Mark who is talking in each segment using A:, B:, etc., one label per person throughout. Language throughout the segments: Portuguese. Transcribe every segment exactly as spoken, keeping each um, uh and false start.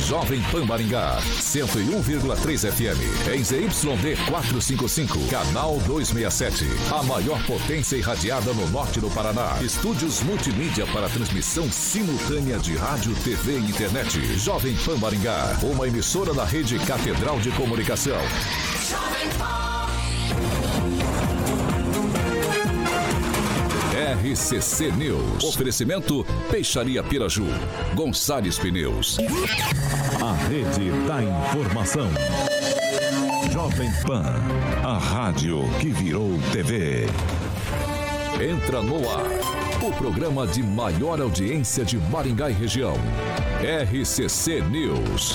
A: Jovem Pan Maringá, cento e um vírgula três F M. Em Z Y D quatrocentos e cinquenta e cinco, canal duzentos e sessenta e sete. A maior potência irradiada no norte do Paraná. Estúdios multimídia para transmissão simultânea de rádio, T V e internet. Jovem Pan Maringá, uma emissora da rede Catedral de Comunicação. Jovem Pan. R C C News. Oferecimento Peixaria Piraju, Gonçalves Pneus. A rede da informação. Jovem Pan, a rádio que virou T V. Entra no ar, o programa de maior audiência de Maringá e região. R C C News.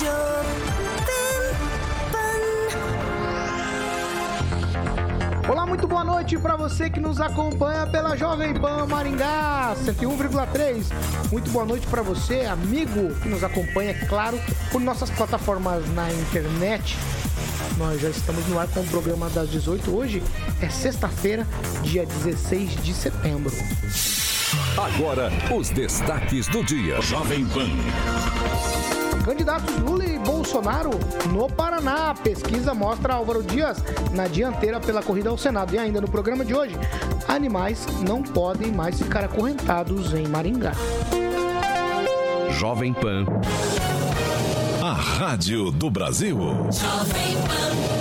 B: Olá, muito boa noite para você que nos acompanha pela Jovem Pan Maringá cento e um vírgula três. Muito boa noite para você, amigo que nos acompanha, claro, por nossas plataformas na internet. Nós já estamos no ar com o programa das dezoito. Hoje é sexta-feira, dia dezesseis de setembro.
A: Agora, os destaques do dia. Jovem Pan.
B: Candidatos Lula e Bolsonaro no Paraná. Pesquisa mostra Álvaro Dias na dianteira pela corrida ao Senado. E ainda no programa de hoje, animais não podem mais ficar acorrentados em Maringá.
A: Jovem Pan. A rádio do Brasil. Jovem Pan.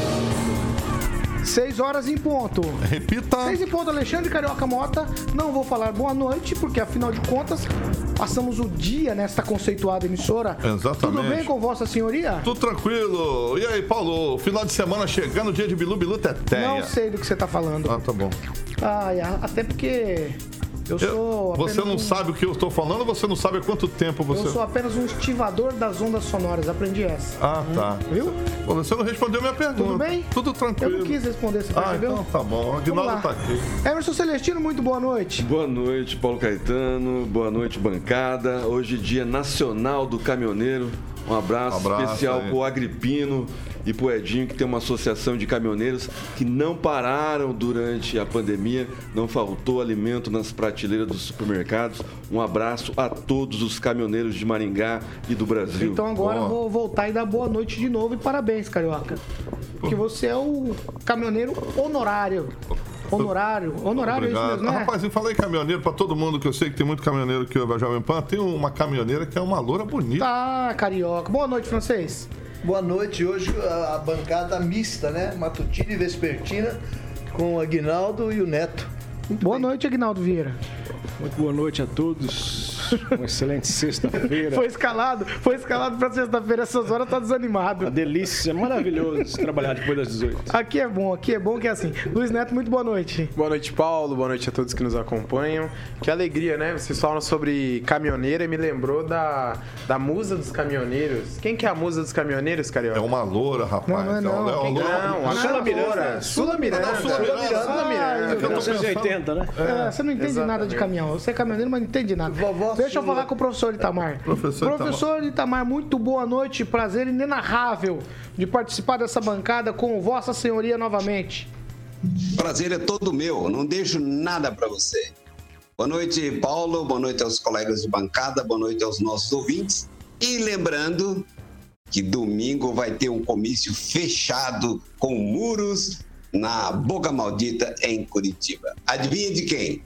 B: Seis horas em ponto.
C: Repita.
B: Seis em ponto, Alexandre Carioca Mota. Não vou falar boa noite, porque afinal de contas, passamos o dia nesta conceituada emissora.
C: Exatamente.
B: Tudo bem com Vossa Senhoria?
C: Tudo tranquilo. E aí, Paulo? Final de semana chegando, dia de Bilu Bilu Teteia.
B: Não sei do que você tá falando.
C: Ah, tá bom.
B: Ai, até porque eu sou...
C: Eu, você não
B: um...
C: sabe o que eu estou falando ou você não sabe há quanto tempo você...
B: Eu sou apenas um estivador das ondas sonoras, aprendi essa.
C: Ah, tá.
B: Viu?
C: Pô, você não respondeu minha pergunta.
B: Tudo bem?
C: Tudo tranquilo.
B: Eu não quis responder, você
C: ah,
B: percebeu?
C: então tá bom. O Aguinaldo tá aqui.
B: Emerson Celestino, muito boa noite.
D: Boa noite, Paulo Caetano. Boa noite, bancada. Hoje, dia nacional do caminhoneiro. Um abraço, um abraço especial aí pro Agripino e pro Edinho, que tem uma associação de caminhoneiros que não pararam durante a pandemia, não faltou alimento nas prateleiras dos supermercados. Um abraço a todos os caminhoneiros de Maringá e do Brasil.
B: Então agora eu vou voltar e dar boa noite de novo e parabéns, Carioca. Porque você é o caminhoneiro honorário. Honorário, honorário
C: Obrigado.
B: É isso mesmo, né?
C: Rapaz, eu falei caminhoneiro pra todo mundo, que eu sei que tem muito caminhoneiro que ouve a Jovem Pan. Tem uma caminhoneira que é uma loura bonita.
B: Tá, Carioca. Boa noite, francês.
E: Boa noite. Hoje a bancada mista, né? Matutina e vespertina, com o Aguinaldo e o Neto.
B: Muito boa bem. Noite, Aguinaldo Vieira.
F: Muito boa noite a todos. Uma excelente sexta-feira.
B: Foi escalado, foi escalado pra sexta-feira. Essas horas tá desanimado.
F: Uma delícia, maravilhoso trabalhar depois das dezoito.
B: Aqui é bom, aqui é bom que é assim. Luiz Neto, muito boa noite.
G: Boa noite, Paulo. Boa noite a todos que nos acompanham. Que alegria, né? Vocês falam sobre caminhoneira e me lembrou da, da musa dos caminhoneiros. Quem que é a musa dos caminhoneiros, Carioca?
C: É uma loura, rapaz.
B: Não, não é não.
C: É uma
G: Quem...
C: loura.
G: Não, a Sula Miranda. Sula Miranda.
C: Sula Miranda.
G: Sula Miranda.
C: mil
F: novecentos e oitenta, né?
B: É, você não entende
G: Exatamente.
B: nada de caminhão. Você é caminhoneiro, mas não entende nada.
E: Vovó
B: Deixa eu
E: Sula.
B: falar com o professor Itamar.
C: Professor,
B: professor Itamar, muito boa noite. Prazer inenarrável de participar dessa bancada com Vossa Senhoria novamente.
H: Prazer é todo meu. Não deixo nada para você. Boa noite, Paulo. Boa noite aos colegas de bancada. Boa noite aos nossos ouvintes. E lembrando que domingo vai ter um comício fechado com muros na Boca Maldita em Curitiba. Adivinha de quem?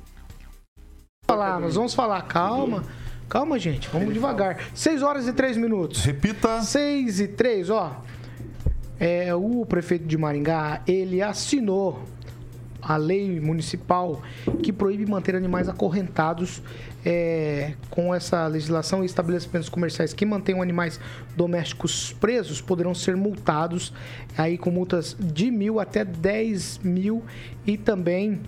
B: Falar, nós vamos falar, calma. Calma, gente, vamos devagar. seis horas e três minutos.
C: Repita.
B: seis e três, ó. É, o prefeito de Maringá, ele assinou a lei municipal que proíbe manter animais acorrentados. É, com essa legislação, estabelecimentos comerciais que mantenham animais domésticos presos poderão ser multados aí com multas de mil até dez mil e também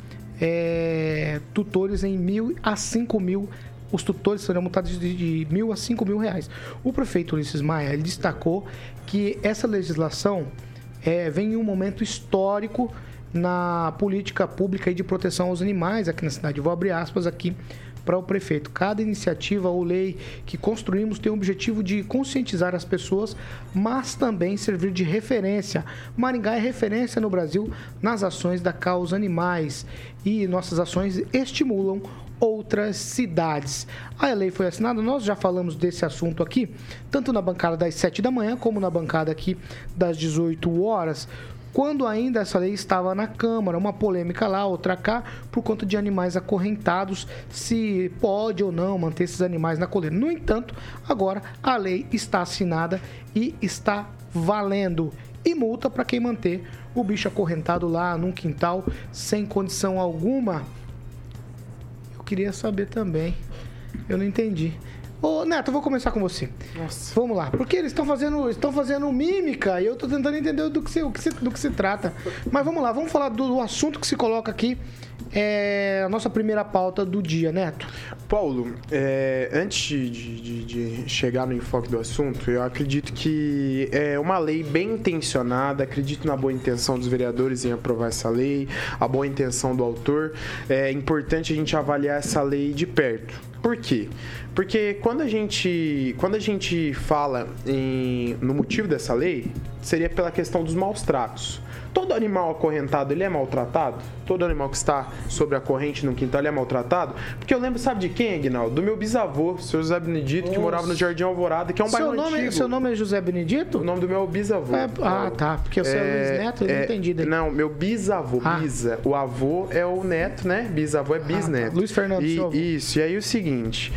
B: é, tutores em mil a cinco mil. Os tutores serão multados de mil a cinco mil reais. O prefeito Ulisses Maia ele destacou que essa legislação é, vem em um momento histórico na política pública e de proteção aos animais aqui na cidade. Vou abrir aspas aqui para o prefeito. Cada iniciativa ou lei que construímos tem o objetivo de conscientizar as pessoas, mas também servir de referência. Maringá é referência no Brasil nas ações da causa animais e nossas ações estimulam outras cidades. A lei foi assinada, nós já falamos desse assunto aqui, tanto na bancada das sete da manhã, como na bancada aqui das dezoito horas, quando ainda essa lei estava na Câmara, uma polêmica lá, outra cá, por conta de animais acorrentados, se pode ou não manter esses animais na coleira. No entanto, agora a lei está assinada e está valendo. E multa para quem manter o bicho acorrentado lá num quintal sem condição alguma. Eu queria saber também, eu não entendi. Ô, Neto, eu vou começar com você. Nossa. Vamos lá. Porque eles estão fazendo, estão fazendo mímica e eu estou tentando entender do que, se, do, que se, do que se trata. Mas vamos lá, vamos falar do, do assunto que se coloca aqui. É a nossa primeira pauta do dia, Neto.
G: Paulo, é, antes de, de, de chegar no enfoque do assunto, eu acredito que é uma lei bem intencionada, acredito na boa intenção dos vereadores em aprovar essa lei, a boa intenção do autor. É importante a gente avaliar essa lei de perto. Por quê? Porque quando a gente, quando a gente fala em, no motivo dessa lei, seria pela questão dos maus tratos. Todo animal acorrentado, ele é maltratado? Todo animal que está sobre a corrente no quintal, ele é maltratado? Porque eu lembro, sabe de quem, Aguinaldo? Do meu bisavô, o senhor José Benedito, que morava no Jardim Alvorada, que é um
B: seu
G: bairro
B: nome,
G: antigo.
B: Seu nome é José Benedito?
G: O nome do meu bisavô.
B: É, ah, tá. Porque o seu é, Luiz Neto, eu é, não entendi daí.
G: Não, meu bisavô, ah. bisa. O avô é o neto, né? Bisavô é bisneto. Ah, tá.
B: Luiz Fernando,
G: e,
B: seu avô.
G: Isso. E aí o seguinte,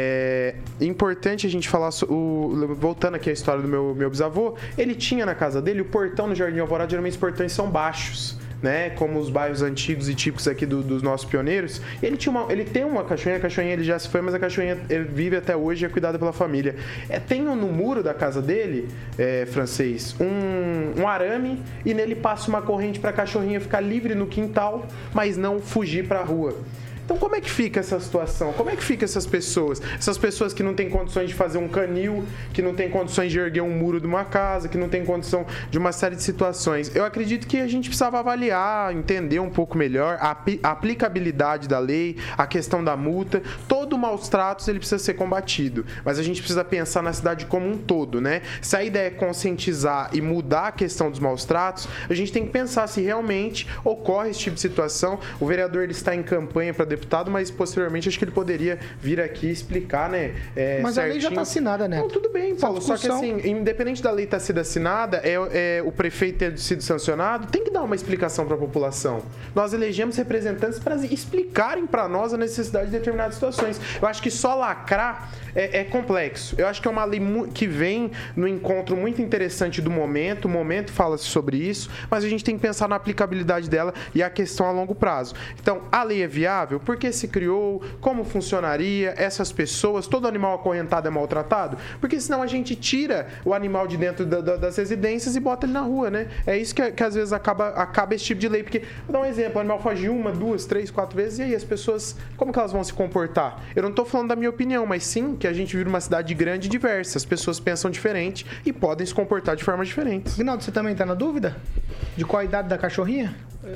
G: é importante a gente falar, o, voltando aqui a história do meu, meu bisavô, ele tinha na casa dele, o portão no Jardim Alvorada, geralmente os portões são baixos, né, como os bairros antigos e típicos aqui do, dos nossos pioneiros. Ele, tinha uma, ele tem uma cachorrinha, a cachorrinha ele já se foi, mas a cachorrinha ele vive até hoje e é cuidada pela família. É, tem no muro da casa dele, é, francês, um, um arame e nele passa uma corrente para a cachorrinha ficar livre no quintal, mas não fugir para a rua. Então, como é que fica essa situação? Como é que fica essas pessoas? Essas pessoas que não têm condições de fazer um canil, que não têm condições de erguer um muro de uma casa, que não têm condição de uma série de situações. Eu acredito que a gente precisava avaliar, entender um pouco melhor a aplicabilidade da lei, a questão da multa. Todo maus tratos ele precisa ser combatido, mas a gente precisa pensar na cidade como um todo, né? Se a ideia é conscientizar e mudar a questão dos maus tratos, a gente tem que pensar se realmente ocorre esse tipo de situação. O vereador ele está em campanha para deputado, mas posteriormente acho que ele poderia vir aqui explicar, né? É,
B: mas
G: certinho.
B: A lei já está assinada, né?
G: Não, tudo bem, Paulo. Só que assim, independente da lei estar sido assinada, é, é, o prefeito ter sido sancionado, tem que dar uma explicação para a população. Nós elegemos representantes para explicarem para nós a necessidade de determinadas situações. Eu acho que só lacrar é, é complexo. Eu acho que é uma lei que vem no encontro muito interessante do momento. O momento fala-se sobre isso, mas a gente tem que pensar na aplicabilidade dela e a questão a longo prazo. Então, a lei é viável? Por que se criou? Como funcionaria? Essas pessoas, todo animal acorrentado é maltratado? Porque senão a gente tira o animal de dentro da, da, das residências e bota ele na rua, né? É isso que, que às vezes acaba, acaba esse tipo de lei. Porque, vou dar um exemplo, o animal foge uma, duas, três, quatro vezes, e aí as pessoas, como que elas vão se comportar? Eu não estou falando da minha opinião, mas sim que a gente vive uma cidade grande e diversa. As pessoas pensam diferente e podem se comportar de formas diferentes.
B: Rinaldo, você também está na dúvida? De qual a idade da cachorrinha?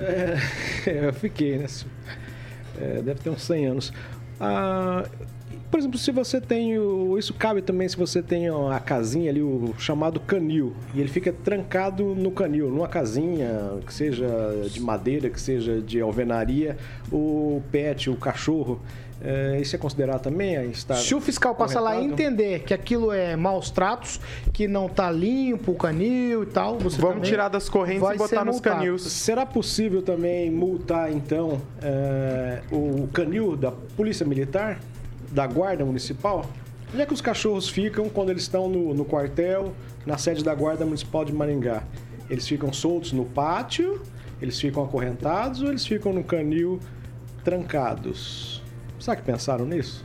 F: É, eu fiquei, né? É, deve ter uns cem anos. Ah, por exemplo, se você tem o... Isso cabe também se você tem a casinha ali, o chamado canil, e ele fica trancado no canil, numa casinha, que seja de madeira, que seja de alvenaria, o pet, o cachorro, é, isso é considerado também? É estar
B: se o fiscal passar lá e entender que aquilo é maus tratos, que não tá limpo o canil e tal, você
G: vamos tirar das correntes e botar nos canil.
F: Será possível também multar, então, é, o canil da Polícia Militar, da Guarda Municipal? Onde é que os cachorros ficam quando eles estão no, no quartel, na sede da Guarda Municipal de Maringá? Eles ficam soltos no pátio, eles ficam acorrentados ou eles ficam no canil trancados? Será que pensaram nisso?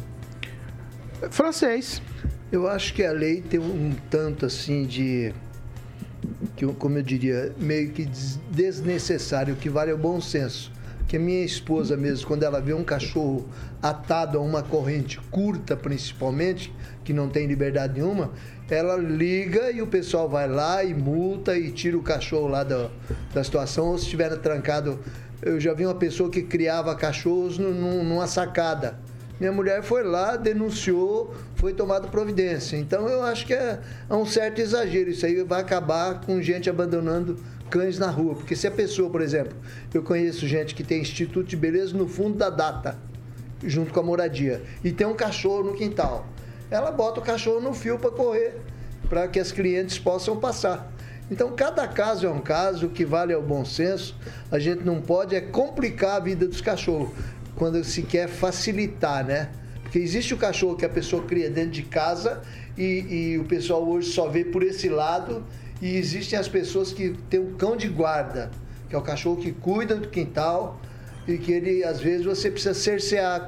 B: Francês.
E: Eu acho que a lei tem um tanto assim de, que, como eu diria, meio que desnecessário, o que vale é o bom senso. que a minha esposa mesmo, quando ela vê um cachorro atado a uma corrente curta, principalmente, que não tem liberdade nenhuma, ela liga e o pessoal vai lá e multa e tira o cachorro lá da, da situação, ou se estiver trancado. Eu já vi uma pessoa que criava cachorros num, numa sacada. Minha mulher foi lá, denunciou, foi tomada providência. Então eu acho que é, é um certo exagero. Isso aí vai acabar com gente abandonando cães na rua. Porque se a pessoa, por exemplo, eu conheço gente que tem instituto de beleza no fundo da data, junto com a moradia, e tem um cachorro no quintal. Ela bota o cachorro no fio para correr, para que as clientes possam passar. Então, cada caso é um caso, o que vale é o bom senso. A gente não pode é complicar a vida dos cachorros, quando se quer facilitar, né? Porque existe o cachorro que a pessoa cria dentro de casa e, e o pessoal hoje só vê por esse lado, e existem as pessoas que têm um cão de guarda, que é o cachorro que cuida do quintal e que ele, às vezes, você precisa cercear,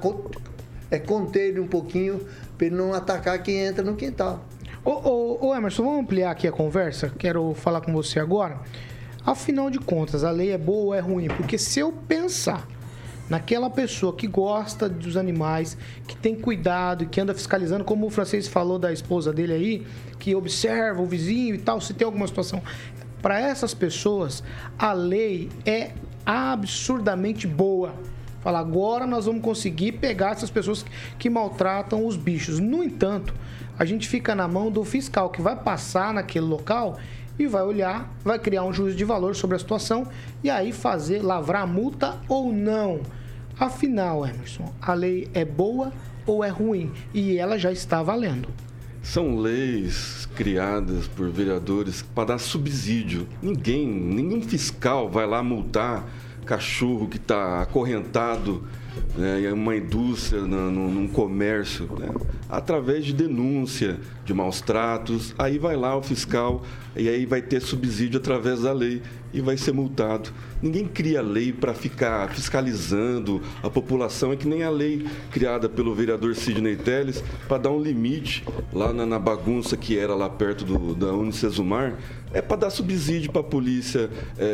E: é conter ele um pouquinho para ele não atacar quem entra no quintal.
B: Ô, ô, ô Emerson, vamos ampliar aqui a conversa? Quero falar com você agora. Afinal de contas, a lei é boa ou é ruim? Porque se eu pensar naquela pessoa que gosta dos animais, que tem cuidado e que anda fiscalizando, como o Francês falou da esposa dele aí, que observa o vizinho e tal, se tem alguma situação. Para essas pessoas, a lei é absurdamente boa. Fala, agora nós vamos conseguir pegar essas pessoas que maltratam os bichos. No entanto, a gente fica na mão do fiscal que vai passar naquele local e vai olhar, vai criar um juízo de valor sobre a situação e aí fazer, lavrar a multa ou não. Afinal, Emerson, a lei é boa ou é ruim? E ela já está valendo.
D: São leis criadas por vereadores para dar subsídio. Ninguém, nenhum fiscal vai lá multar cachorro que está acorrentado, né, em uma indústria, no, no, num comércio, né, através de denúncia de maus tratos. Aí vai lá o fiscal e aí vai ter subsídio através da lei e vai ser multado. Ninguém cria lei para ficar fiscalizando a população. É que nem a lei criada pelo vereador Sidney Telles para dar um limite lá na, na bagunça que era lá perto do, da Unicesumar. É para dar subsídio para a polícia,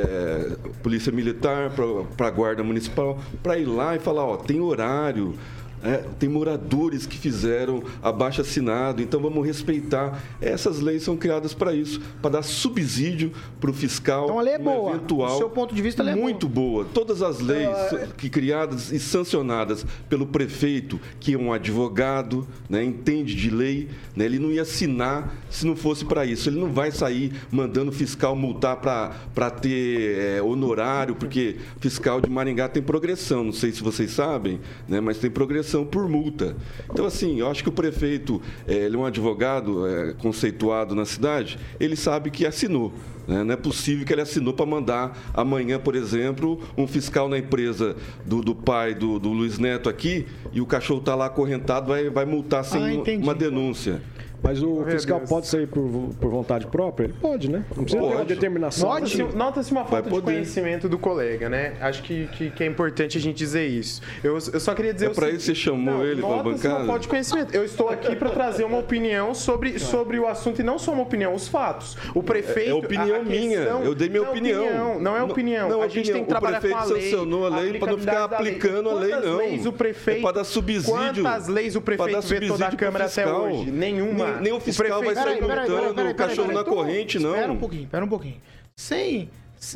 D: é, polícia militar, para a guarda municipal, para ir lá e falar, ó, tem horário. É, tem moradores que fizeram abaixo-assinado, então vamos respeitar. Essas leis são criadas para isso, para dar subsídio para o fiscal.
B: Então a lei é
D: um
B: boa.
D: Eventual,
B: do seu ponto de vista, ela é
D: muito boa. Todas as leis que criadas e sancionadas pelo prefeito, que é um advogado, né, entende de lei, né, ele não ia assinar se não fosse para isso. Ele não vai sair mandando o fiscal multar para ter é, honorário, porque fiscal de Maringá tem progressão, não sei se vocês sabem, né, mas tem progressão por multa. Então, assim, eu acho que o prefeito, é, ele é um advogado é, conceituado na cidade, ele sabe que assinou. Né? Não é possível que ele assinou para mandar amanhã, por exemplo, um fiscal na empresa do, do pai do, do Luiz Neto aqui e o cachorro está lá acorrentado, vai, vai multar sem ah, uma denúncia.
F: Mas o fiscal pode sair por, por vontade própria? Ele pode, né? Não precisa ter uma determinação.
G: Nota-se nota-se uma falta de conhecimento do colega, né? Acho que, que, que é importante a gente dizer isso. Eu, eu só queria dizer...
D: É para isso que você chamou não, ele para a bancada?
G: Uma falta de conhecimento. Eu estou aqui para trazer uma opinião sobre, sobre o assunto e não só uma opinião, os fatos. O prefeito...
D: É opinião a, a minha. Eu dei minha
G: não
D: opinião.
G: opinião. Não é opinião.
D: Não,
G: a
D: gente
G: opinião. tem que trabalhar com a lei.
D: O prefeito sancionou a lei para não ficar aplicando a lei, não.
G: Leis o prefeito,
D: é para dar subsídio.
G: Quantas leis o prefeito vetou da Câmara até hoje? Nenhuma.
D: Nem, nem o fiscal vai sair multando o cachorro na corrente, não.
B: Espera um pouquinho, espera um pouquinho. Sem...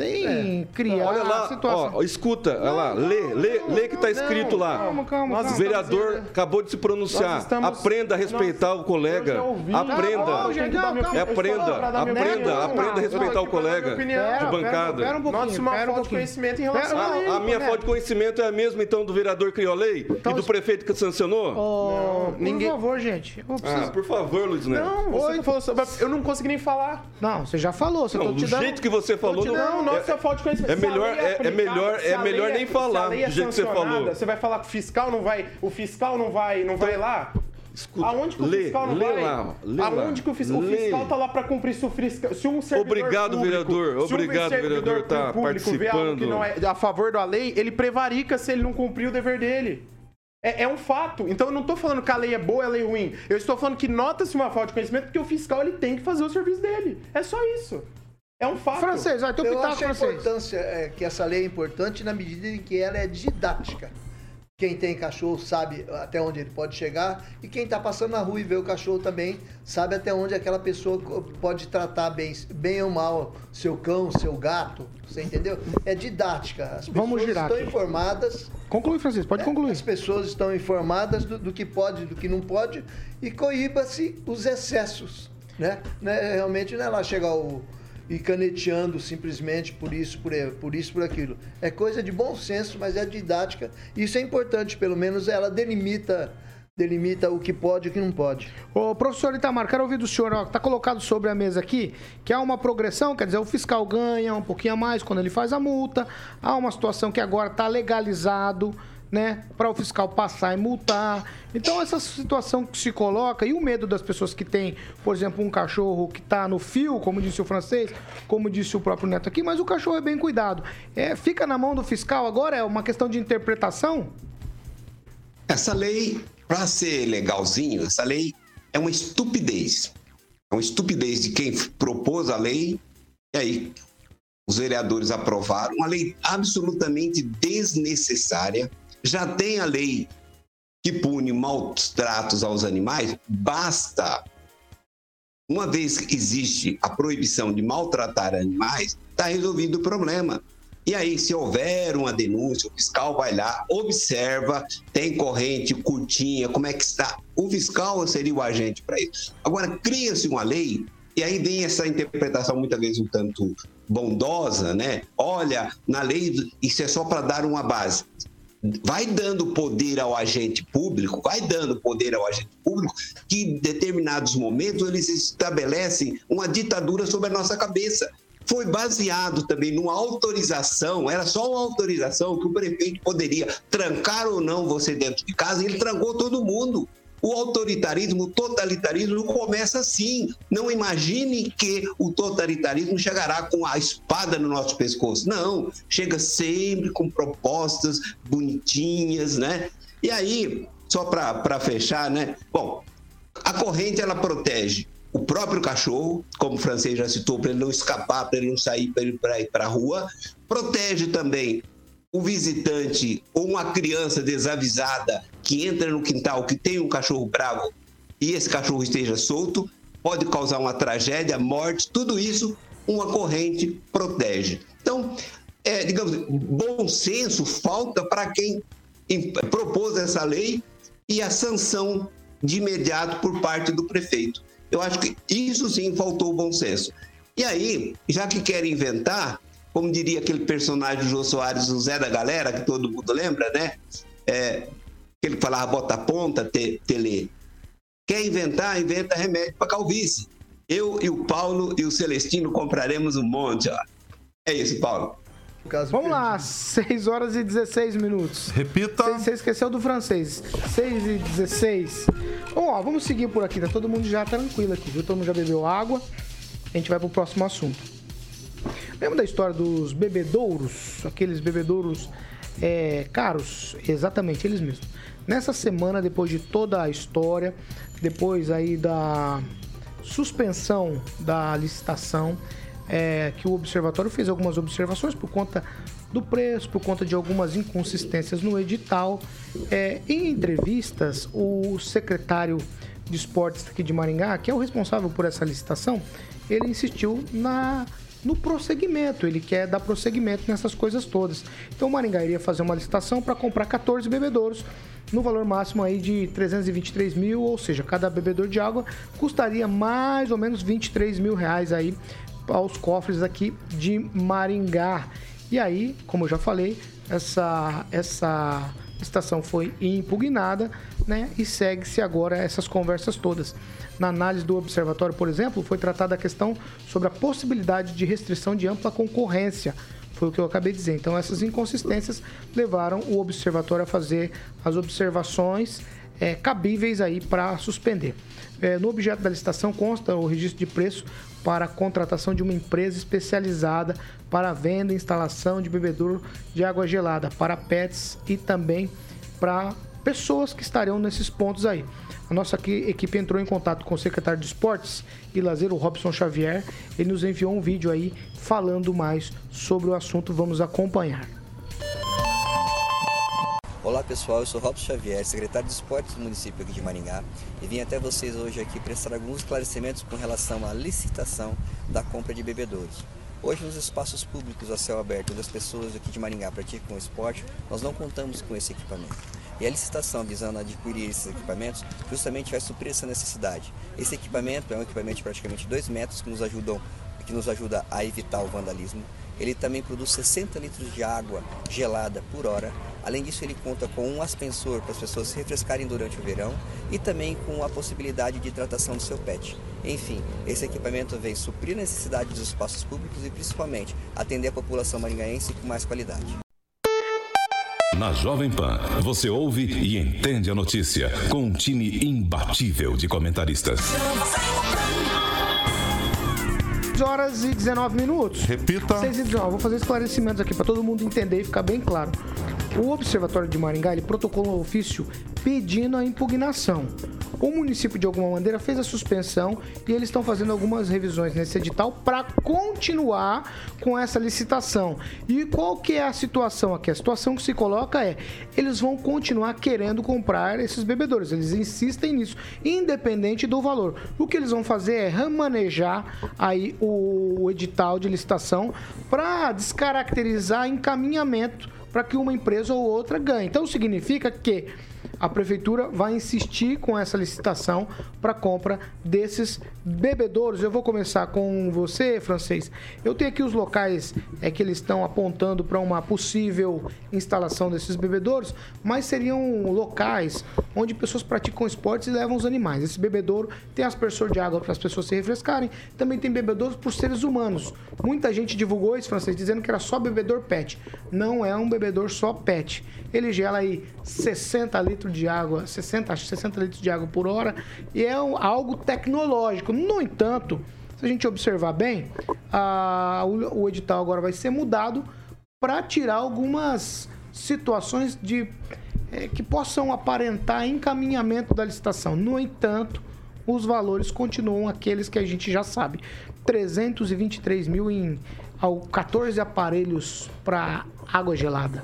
B: Sem é. criar
D: olha lá,
B: situação.
D: Ó, escuta, não, olha lá, não, lê, não, lê, não, lê que está escrito lá.
B: Calma, calma,
D: calma. O vereador calma. acabou de se pronunciar. Estamos... Aprenda a respeitar nós... o colega. Aprenda.
B: Calma, calma, calma.
D: Aprenda, aprenda, aprenda a respeitar o colega de bancada.
B: Espera um pouquinho.
G: Nossa, uma falta de conhecimento em relação a lei.
D: A minha falta de conhecimento é a mesma, então, do vereador criou a lei e do prefeito que sancionou?
B: Por favor, gente.
D: Ah, por favor, Luiz Neto.
G: Não, você falou sobre... Eu não consegui nem falar.
B: Não, você já falou.
D: Do jeito que você falou...
G: Não, nossa falta de conhecimento.
D: É melhor, é, é melhor, é melhor nem falar do jeito que você falou.
G: Você vai falar que o fiscal não vai, o fiscal não vai, não vai lá?
D: Escuta,
G: aonde que o
D: lê,
G: fiscal não
D: lê
G: vai?
D: Lá, lê
G: aonde
D: lá,
G: que o fiscal, o fiscal tá lá para cumprir se, o fiscal, se um servidor
D: Obrigado,
G: público,
D: vereador. Obrigado,
G: se um
D: vereador, tá participando. Vê algo
G: que não é a favor da lei, ele prevarica se ele não cumprir o dever dele. É, é um fato. Então eu não estou falando que a lei é boa, a lei é ruim. Eu estou falando que nota-se uma falta de conhecimento porque o fiscal ele tem que fazer o serviço dele. É só isso. É um fato.
B: Francês, vai ter um
E: Eu
B: pitaco
E: acho a
B: francês.
E: importância, é, que essa lei é importante na medida em que ela é didática. Quem tem cachorro sabe até onde ele pode chegar e quem está passando na rua e vê o cachorro também sabe até onde aquela pessoa pode tratar bem, bem ou mal seu cão, seu gato, você entendeu? É didática. As pessoas
B: Vamos girar
E: estão
B: aqui.
E: informadas.
B: Conclui, Francisco, pode concluir.
E: As pessoas estão informadas do, do que pode, do que não pode e coíba-se os excessos, né? né? Realmente não é lá chegar o e caneteando simplesmente por isso, por, por isso, por aquilo. É coisa de bom senso, mas é didática. Isso é importante, pelo menos ela delimita, delimita o que pode e o que não pode.
B: Ô, professor Itamar, quero ouvir do senhor, ó, que está colocado sobre a mesa aqui, que há uma progressão, quer dizer, o fiscal ganha um pouquinho a mais quando ele faz a multa, há uma situação que agora está legalizado, né, para o fiscal passar e multar. Então, essa situação que se coloca e o medo das pessoas que têm, por exemplo, um cachorro que está no fio, como disse o francês, como disse o próprio Neto aqui, mas o cachorro é bem cuidado. É, fica na mão do fiscal agora? É uma questão de interpretação?
H: Essa lei, para ser legalzinho, essa lei é uma estupidez. É uma estupidez de quem propôs a lei e aí os vereadores aprovaram. Uma lei absolutamente desnecessária. Já tem a lei que pune maus tratos aos animais, basta. Uma vez que existe a proibição de maltratar animais, está resolvido o problema. E aí, se houver uma denúncia, o fiscal vai lá, observa, tem corrente curtinha, como é que está. O fiscal seria o agente para isso. Agora, cria-se uma lei, e aí vem essa interpretação muitas vezes um tanto bondosa, né? Olha, na lei, isso é só para dar uma base. Vai dando poder ao agente público, vai dando poder ao agente público, que em determinados momentos eles estabelecem uma ditadura sobre a nossa cabeça. Foi baseado também numa autorização, era só uma autorização que o prefeito poderia trancar ou não você dentro de casa, e ele trancou todo mundo. O autoritarismo, o totalitarismo começa assim. Não imagine que o totalitarismo chegará com a espada no nosso pescoço. Não, chega sempre com propostas bonitinhas, né? E aí, só para fechar, né? Bom, a corrente, ela protege o próprio cachorro, como o francês já citou, para ele não escapar, para ele não sair para ir para a rua. Protege também o visitante ou uma criança desavisada que entra no quintal, que tem um cachorro bravo e esse cachorro esteja solto, pode causar uma tragédia, morte, tudo isso uma corrente protege. Então, é, digamos, bom senso falta para quem propôs essa lei e a sanção de imediato por parte do prefeito. Eu acho que isso sim faltou bom senso. E aí, já que querem inventar, como diria aquele personagem do Jô Soares, o Zé da Galera, que todo mundo lembra, né? É, ele falava bota a ponta, te, tele. Quer inventar, inventa remédio para calvície. Eu e o Paulo e o Celestino compraremos um monte, ó. É isso, Paulo.
B: Vamos lá, seis horas e dezesseis minutos.
C: Repita.
B: Você, você esqueceu do francês. seis e dezesseis. Bom, ó, vamos seguir por aqui, tá todo mundo já tranquilo aqui, viu? Todo mundo já bebeu água. A gente vai pro próximo assunto. Lembra da história dos bebedouros? Aqueles bebedouros é, caros? Exatamente, eles mesmos. Nessa semana, depois de toda a história, depois aí da suspensão da licitação, é, que o observatório fez algumas observações por conta do preço, por conta de algumas inconsistências no edital. É, em entrevistas, o secretário de esportes aqui de Maringá, que é o responsável por essa licitação, ele insistiu na... no prosseguimento, ele quer dar prosseguimento nessas coisas todas. Então o Maringá iria fazer uma licitação para comprar quatorze bebedouros no valor máximo aí de trezentos e vinte e três mil, ou seja, cada bebedor de água custaria mais ou menos vinte e três mil reais aí aos cofres aqui de Maringá. E aí, como eu já falei, essa, essa licitação foi impugnada, né, e segue-se agora essas conversas todas. Na análise do observatório, por exemplo, foi tratada a questão sobre a possibilidade de restrição de ampla concorrência. Foi o que eu acabei de dizer. Então, essas inconsistências levaram o observatório a fazer as observações é, cabíveis aí para suspender. É, no objeto da licitação consta o registro de preço para a contratação de uma empresa especializada para a venda e instalação de bebedouro de água gelada para pets e também para pessoas que estarão nesses pontos aí. A nossa equipe entrou em contato com o secretário de Esportes e Lazer, o Robson Xavier. Ele nos enviou um vídeo aí falando mais sobre o assunto. Vamos acompanhar.
I: Olá pessoal, eu sou Robson Xavier, secretário de Esportes do município aqui de Maringá, e vim até vocês hoje aqui prestar alguns esclarecimentos com relação à licitação da compra de bebedouros. Hoje, nos espaços públicos a céu aberto, onde as pessoas aqui de Maringá praticam esporte, nós não contamos com esse equipamento. E a licitação visando adquirir esses equipamentos justamente vai suprir essa necessidade. Esse equipamento é um equipamento de praticamente dois metros que nos, ajudam, que nos ajuda a evitar o vandalismo. Ele também produz sessenta litros de água gelada por hora. Além disso, ele conta com um aspersor para as pessoas se refrescarem durante o verão e também com a possibilidade de hidratação do seu pet. Enfim, esse equipamento vem suprir a necessidade dos espaços públicos e principalmente atender a população maringaense com mais qualidade.
A: Na Jovem Pan, você ouve e entende a notícia com um time imbatível de comentaristas.
B: seis horas e dezenove minutos.
C: Repita.
B: seis e dezenove. Vou fazer esclarecimentos aqui para todo mundo entender e ficar bem claro. O Observatório de Maringá, ele protocolou um ofício pedindo a impugnação. O município, de alguma maneira, fez a suspensão e eles estão fazendo algumas revisões nesse edital para continuar com essa licitação. E qual que é a situação aqui? A situação que se coloca é, eles vão continuar querendo comprar esses bebedouros. Eles insistem nisso, independente do valor. O que eles vão fazer é remanejar aí o edital de licitação para descaracterizar encaminhamento para que uma empresa ou outra ganhe. Então, significa que a prefeitura vai insistir com essa licitação para compra desses bebedouros. Eu vou começar com você, Francês. Eu tenho aqui os locais é, que eles estão apontando para uma possível instalação desses bebedouros, mas seriam locais onde pessoas praticam esportes e levam os animais. Esse bebedouro tem aspersor de água para as pessoas se refrescarem, também tem bebedouros para os seres humanos. Muita gente divulgou isso, Francês, dizendo que era só bebedor pet. Não é um bebedor só pet. Ele gela aí sessenta litros de água, sessenta, sessenta litros de água por hora, e é um, algo tecnológico. No entanto, se a gente observar bem, a, o, o edital agora vai ser mudado para tirar algumas situações de, é, que possam aparentar encaminhamento da licitação. No entanto, os valores continuam aqueles que a gente já sabe. trezentos e vinte e três mil em ao, quatorze aparelhos para água gelada.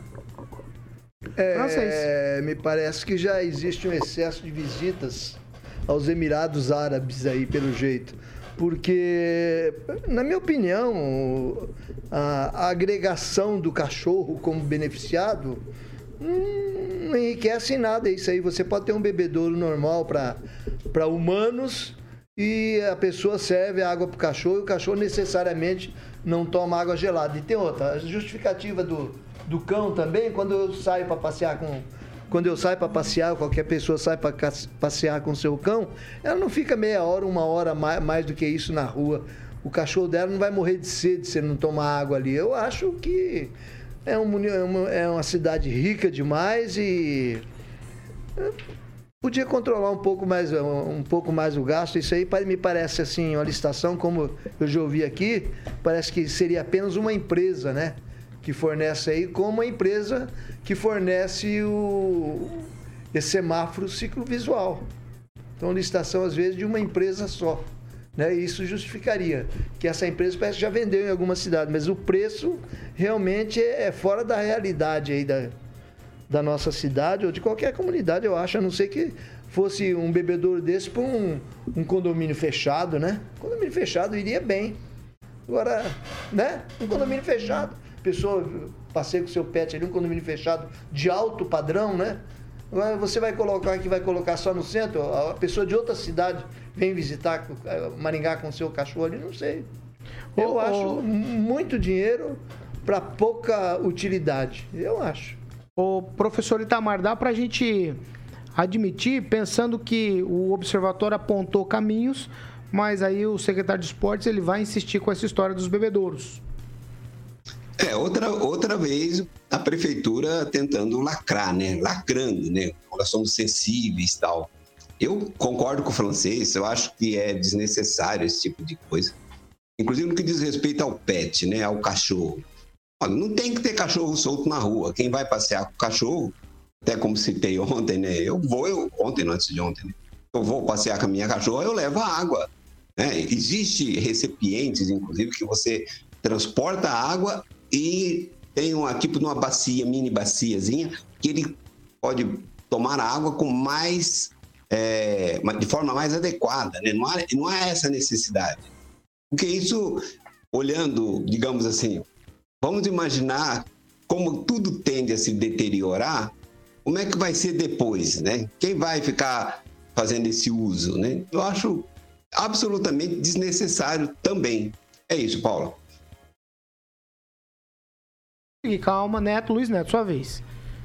E: É, me parece que já existe um excesso de visitas aos Emirados Árabes aí, pelo jeito. Porque, na minha opinião, a, a agregação do cachorro como beneficiado hum, não enriquece em nada isso aí. Você pode ter um bebedouro normal para humanos e a pessoa serve a água para o cachorro e o cachorro necessariamente não toma água gelada. E tem outra, a justificativa do... do cão também, quando eu saio para passear com quando eu saio para passear, qualquer pessoa sai para passear com seu cão, ela não fica meia hora, uma hora mais, mais do que isso na rua. O cachorro dela não vai morrer de sede se ele não tomar água ali. Eu acho que é, um, é uma cidade rica demais e podia controlar um pouco mais, um pouco mais o gasto. Isso aí me parece assim, uma licitação, como eu já ouvi aqui, parece que seria apenas uma empresa, né? Que fornece aí, como a empresa que fornece o, esse semáforo ciclovisual. Então, licitação, às vezes, de uma empresa só. Né? Isso justificaria que essa empresa parece que já vendeu em alguma cidade, mas o preço realmente é fora da realidade aí da, da nossa cidade ou de qualquer comunidade, eu acho, a não ser que fosse um bebedouro desse para um, um condomínio fechado, né? Condomínio fechado iria bem. Agora, né? Um condomínio fechado. Pessoa passeia com seu pet ali, um condomínio fechado de alto padrão, né? Agora você vai colocar que vai colocar só no centro, a pessoa de outra cidade vem visitar Maringá com seu cachorro ali, não sei. Eu oh, acho oh. muito dinheiro para pouca utilidade, eu acho.
B: O professor Itamar, dá para a gente admitir, pensando que o observatório apontou caminhos, mas aí o secretário de esportes ele vai insistir com essa história dos bebedouros.
H: É, outra, outra vez a prefeitura tentando lacrar, né? Lacrando, né? Nós somos sensíveis e tal. Eu concordo com o Francês, eu acho que é desnecessário esse tipo de coisa. Inclusive no que diz respeito ao pet, né? Ao cachorro. Olha, não tem que ter cachorro solto na rua. Quem vai passear com o cachorro até como citei ontem, né? Eu vou, eu, ontem, antes de ontem, né? Eu vou passear com a minha cachorra, eu levo a água. Né? Existem recipientes, inclusive, que você transporta a água e tem uma, tipo uma bacia, mini baciazinha, que ele pode tomar a água com mais, é, de forma mais adequada, né? Não há, não há essa necessidade. Porque isso, olhando, digamos assim, vamos imaginar como tudo tende a se deteriorar, como é que vai ser depois, né? Quem vai ficar fazendo esse uso, né? Eu acho absolutamente desnecessário também. É isso, Paulo.
B: Calma, Neto, Luiz Neto, sua vez.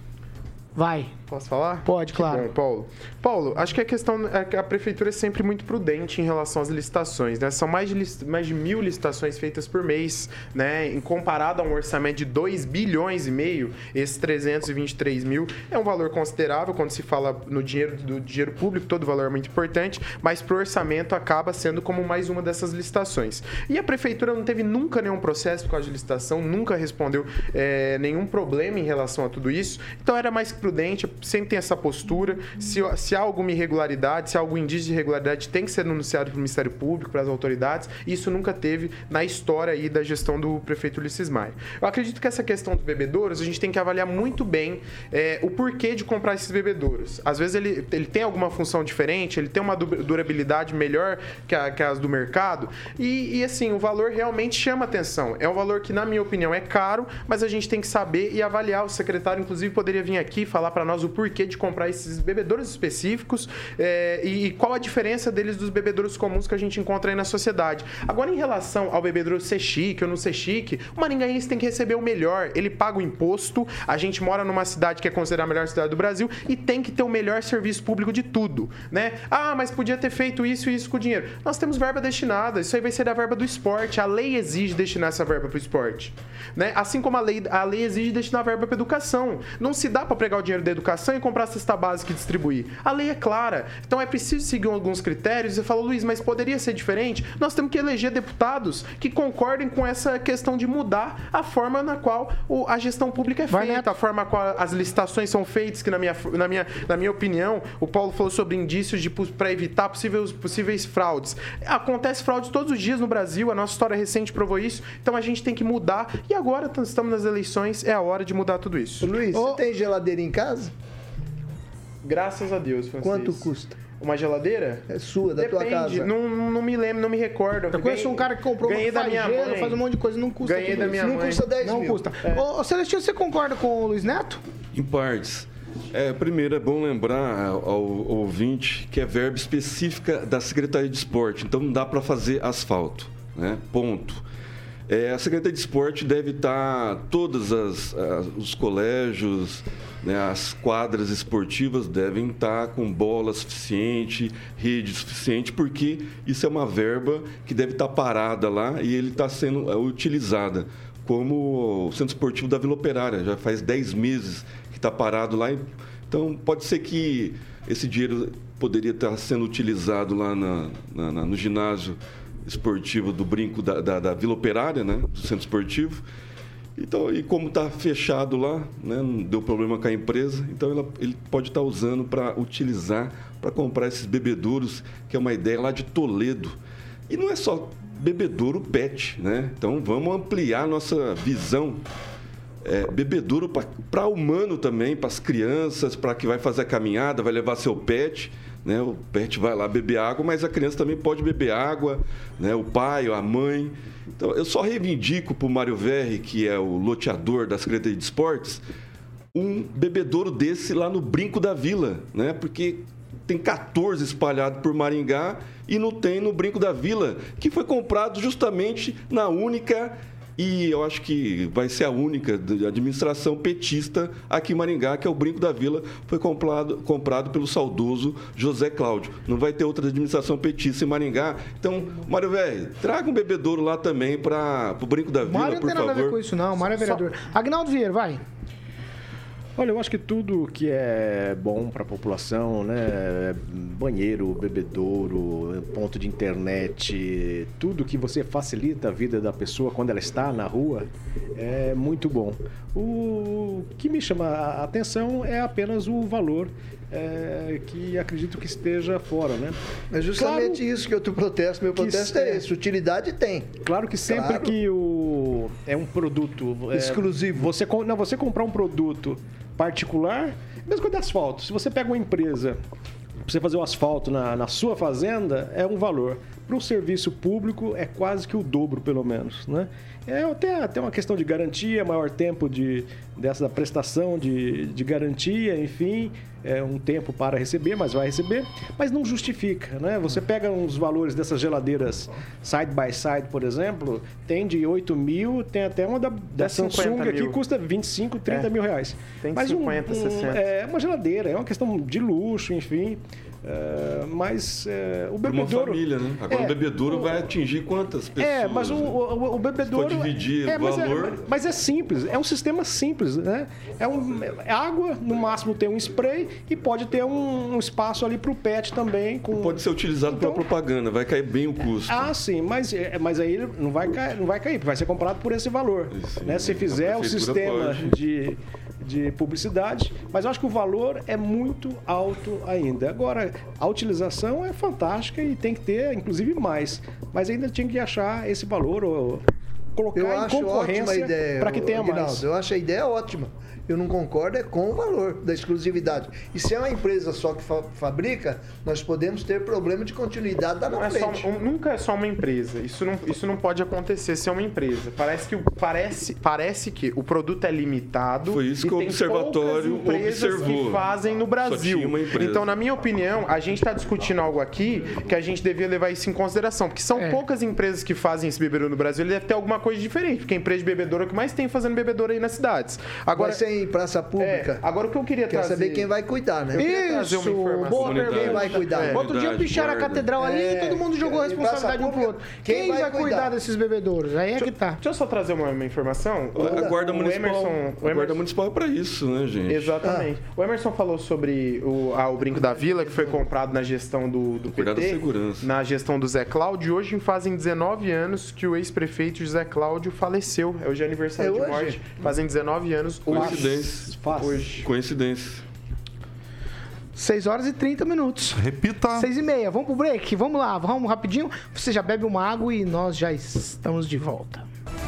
B: Vai.
G: Posso falar?
B: Pode, claro.
G: Bom, Paulo. Paulo, acho que a questão é que a prefeitura é sempre muito prudente em relação às licitações, né? São mais de, lic... mais de mil licitações feitas por mês, né? Em comparado a um orçamento de dois bilhões e meio, esses trezentos e vinte e três mil é um valor considerável quando se fala no dinheiro do dinheiro público, todo valor é muito importante, mas para o orçamento acaba sendo como mais uma dessas licitações. E a prefeitura não teve nunca nenhum processo por causa de licitação, nunca respondeu é, nenhum problema em relação a tudo isso, então era mais que prudente, sempre tem essa postura. Se, se há alguma irregularidade, se há algum indício de irregularidade, tem que ser denunciado pelo Ministério Público, para as autoridades. Isso nunca teve na história aí da gestão do prefeito Ulisses Maia. Eu acredito que essa questão dos bebedouros, a gente tem que avaliar muito bem é, o porquê de comprar esses bebedouros. Às vezes ele, ele tem alguma função diferente, ele tem uma durabilidade melhor que, a, que as do mercado. E, e assim, o valor realmente chama atenção. É um valor que, na minha opinião, é caro, mas a gente tem que saber e avaliar. O secretário, inclusive, poderia vir aqui falar para nós o porquê de comprar esses bebedouros específicos é, e, e qual a diferença deles dos bebedouros comuns que a gente encontra aí na sociedade. Agora, em relação ao bebedouro ser chique ou não ser chique, o maringaense tem que receber o melhor. Ele paga o imposto, a gente mora numa cidade que é considerada a melhor cidade do Brasil e tem que ter o melhor serviço público de tudo, né? Ah, mas podia ter feito isso e isso com o dinheiro. Nós temos verba destinada, isso aí vai ser da verba do esporte. A lei exige destinar essa verba para o esporte, né? Assim como a lei, a lei exige destinar a verba para a educação. Não se dá para pegar o dinheiro da educação e comprar a cesta básica e distribuir. A lei é clara. Então é preciso seguir alguns critérios. Você falou, Luiz, mas poderia ser diferente? Nós temos que eleger deputados que concordem com essa questão de mudar a forma na qual a gestão pública é feita, Vai, a forma na qual as licitações são feitas, que na minha, na minha, na minha opinião, o Paulo falou sobre indícios de para evitar possíveis, possíveis fraudes. Acontece fraudes todos os dias no Brasil, a nossa história recente provou isso, então a gente tem que mudar e agora estamos nas eleições, é a hora de mudar tudo isso.
E: Luiz, oh. você tem geladeira em casa?
G: Graças a Deus, Francisco.
E: Quanto custa?
G: Uma geladeira?
E: É sua, da
G: Depende,
E: tua casa.
G: Não, não me lembro, não me recordo.
B: Eu conheço ganhei, um cara que comprou
G: ganhei
B: uma
G: da minha mãe.
B: Faz um monte de coisa, não custa.
G: Ganhei da minha
E: não
G: mãe.
E: custa dez
B: não
E: mil.
B: custa.
G: É.
B: Ô, Celestino, você concorda com o Luiz Neto?
D: Em partes. É, primeiro, é bom lembrar ao, ao ouvinte que é verba específica da Secretaria de Esporte, então não dá para fazer asfalto, né? Ponto. É, a Secretaria de Esporte deve estar, todos as, as, os colégios, né, as quadras esportivas devem estar com bola suficiente, rede suficiente, porque isso é uma verba que deve estar parada lá e ele está sendo é, utilizada. Como o Centro Esportivo da Vila Operária, já faz dez meses que está parado lá. Então, pode ser que esse dinheiro poderia estar sendo utilizado lá na, na, na, no ginásio esportivo do Brinco da, da, da Vila Operária, né, do Centro Esportivo. Então, e como está fechado lá, né, não deu problema com a empresa, então ela, ele pode estar usando para utilizar, para comprar esses bebedouros, que é uma ideia lá de Toledo. E não é só bebedouro pet, né? Então vamos ampliar a nossa visão. É, bebedouro para humano também, para as crianças, para que vai fazer a caminhada, vai levar seu pet, né? O pet vai lá beber água, mas a criança também pode beber água, né? O pai, a mãe. Então eu só reivindico para o Mário Verri, que é o loteador da Secretaria de Esportes, um bebedouro desse lá no Brinco da Vila, né? Porque tem quatorze espalhados por Maringá e não tem no Brinco da Vila, que foi comprado justamente na única, e eu acho que vai ser a única administração petista aqui em Maringá, que é o Brinco da Vila, foi comprado, comprado pelo saudoso José Cláudio. Não vai ter outra administração petista em Maringá. Então, Mário Velho, traga um bebedouro lá também para o Brinco da Vila,
B: Mário
D: por favor.
B: Mário não tem nada a ver com isso, não. Mário é vereador. Só... Agnaldo Vieira, vai.
F: Olha, eu acho que tudo que é bom para a população, né? Banheiro, bebedouro, ponto de internet, tudo que você facilita a vida da pessoa quando ela está na rua é muito bom. O que me chama a atenção é apenas o valor é, que acredito que esteja fora, né?
E: É justamente claro, isso que eu te protesto. Meu protesto é esse. Utilidade tem.
F: Claro que sempre claro. que o é um produto
E: exclusivo.
F: É, você não, você comprar um produto particular, mesmo coisa de asfalto. Se você pega uma empresa para você fazer o asfalto na, na sua fazenda, é um valor. Para o serviço público é quase que o dobro, pelo menos, né? É até, até uma questão de garantia, maior tempo de, dessa prestação de, de garantia, enfim, é um tempo para receber, mas vai receber, mas não justifica, né? Você pega uns valores dessas geladeiras side by side, por exemplo, tem de oito mil, tem até uma da, da Samsung aqui que custa vinte e cinco, trinta é. mil reais.
G: Tem
F: mas
G: cinquenta,
F: um, um,
G: sessenta.
F: É uma geladeira, é uma questão de luxo, enfim. Uh, mas uh, o bebedouro...
D: Uma família, né? Agora é, o bebedouro o, vai atingir quantas pessoas?
F: É, mas o, o, o bebedouro...
D: Pode dividir
F: é,
D: o valor...
F: Mas é, mas é simples, é um sistema simples, né? É, um, é água, no máximo tem um spray e pode ter um, um espaço ali para o pet também. Com...
D: Pode ser utilizado então, para propaganda, vai cair bem o custo.
F: Ah, sim, mas, mas aí ele não vai cair, não vai cair, vai ser comprado por esse valor. Sim, né? Se fizer o sistema de... de publicidade, mas eu acho que o valor é muito alto ainda. Agora, a utilização é fantástica e tem que ter, inclusive, mais. Mas ainda tinha que achar esse valor ou colocar
E: eu
F: em
E: acho
F: concorrência para que tenha
E: Aguinaldo,
F: mais.
E: Eu acho a ideia ótima. Eu não concordo é com o valor da exclusividade. E se é uma empresa só que fa fabrica, nós podemos ter problema de continuidade da
G: não
E: na frente.
G: É só, nunca é só uma empresa. Isso não, isso não pode acontecer se é uma empresa. Parece que, parece, parece que o produto é limitado.
D: Foi isso que o observatório
G: empresas
D: observou.
G: Que fazem no Brasil. Então, na minha opinião, a gente está discutindo algo aqui que a gente devia levar isso em consideração. Porque são é. poucas empresas que fazem esse bebedouro no Brasil. Ele deve ter alguma coisa diferente. Porque a empresa de bebedouro é o que mais tem fazendo bebedouro aí nas cidades. Agora,
E: em praça pública.
G: É, agora o que eu queria
E: Quer
G: trazer...
E: saber quem vai cuidar, né?
B: Isso, boa pergunta.
E: Quem vai cuidar?
B: É. Outro dia picharam a catedral ali é. e todo mundo jogou a responsabilidade um pro outro. Quem, quem vai, vai cuidar? cuidar desses bebedouros? Aí é
G: deixa,
B: que tá.
G: Deixa eu só trazer uma, uma informação.
D: O, a guarda
G: o
D: municipal,
G: Emerson, o Emerson,
D: a guarda municipal é para isso, né, gente?
G: Exatamente. Ah. O Emerson falou sobre o, ah, o Brinco da Vila, que foi comprado na gestão do, do P T,
D: segurança.
G: na gestão do Zé Cláudio. Hoje fazem dezenove anos que o ex-prefeito José Cláudio faleceu. É hoje é aniversário é de morte. Hoje? Fazem dezenove anos.
D: Coincidência.
G: Hoje.
D: Coincidência.
B: seis horas e trinta minutos.
C: Repita.
B: seis e meia. Vamos pro break? Vamos lá, vamos rapidinho. Você já bebe uma água e nós já estamos de volta.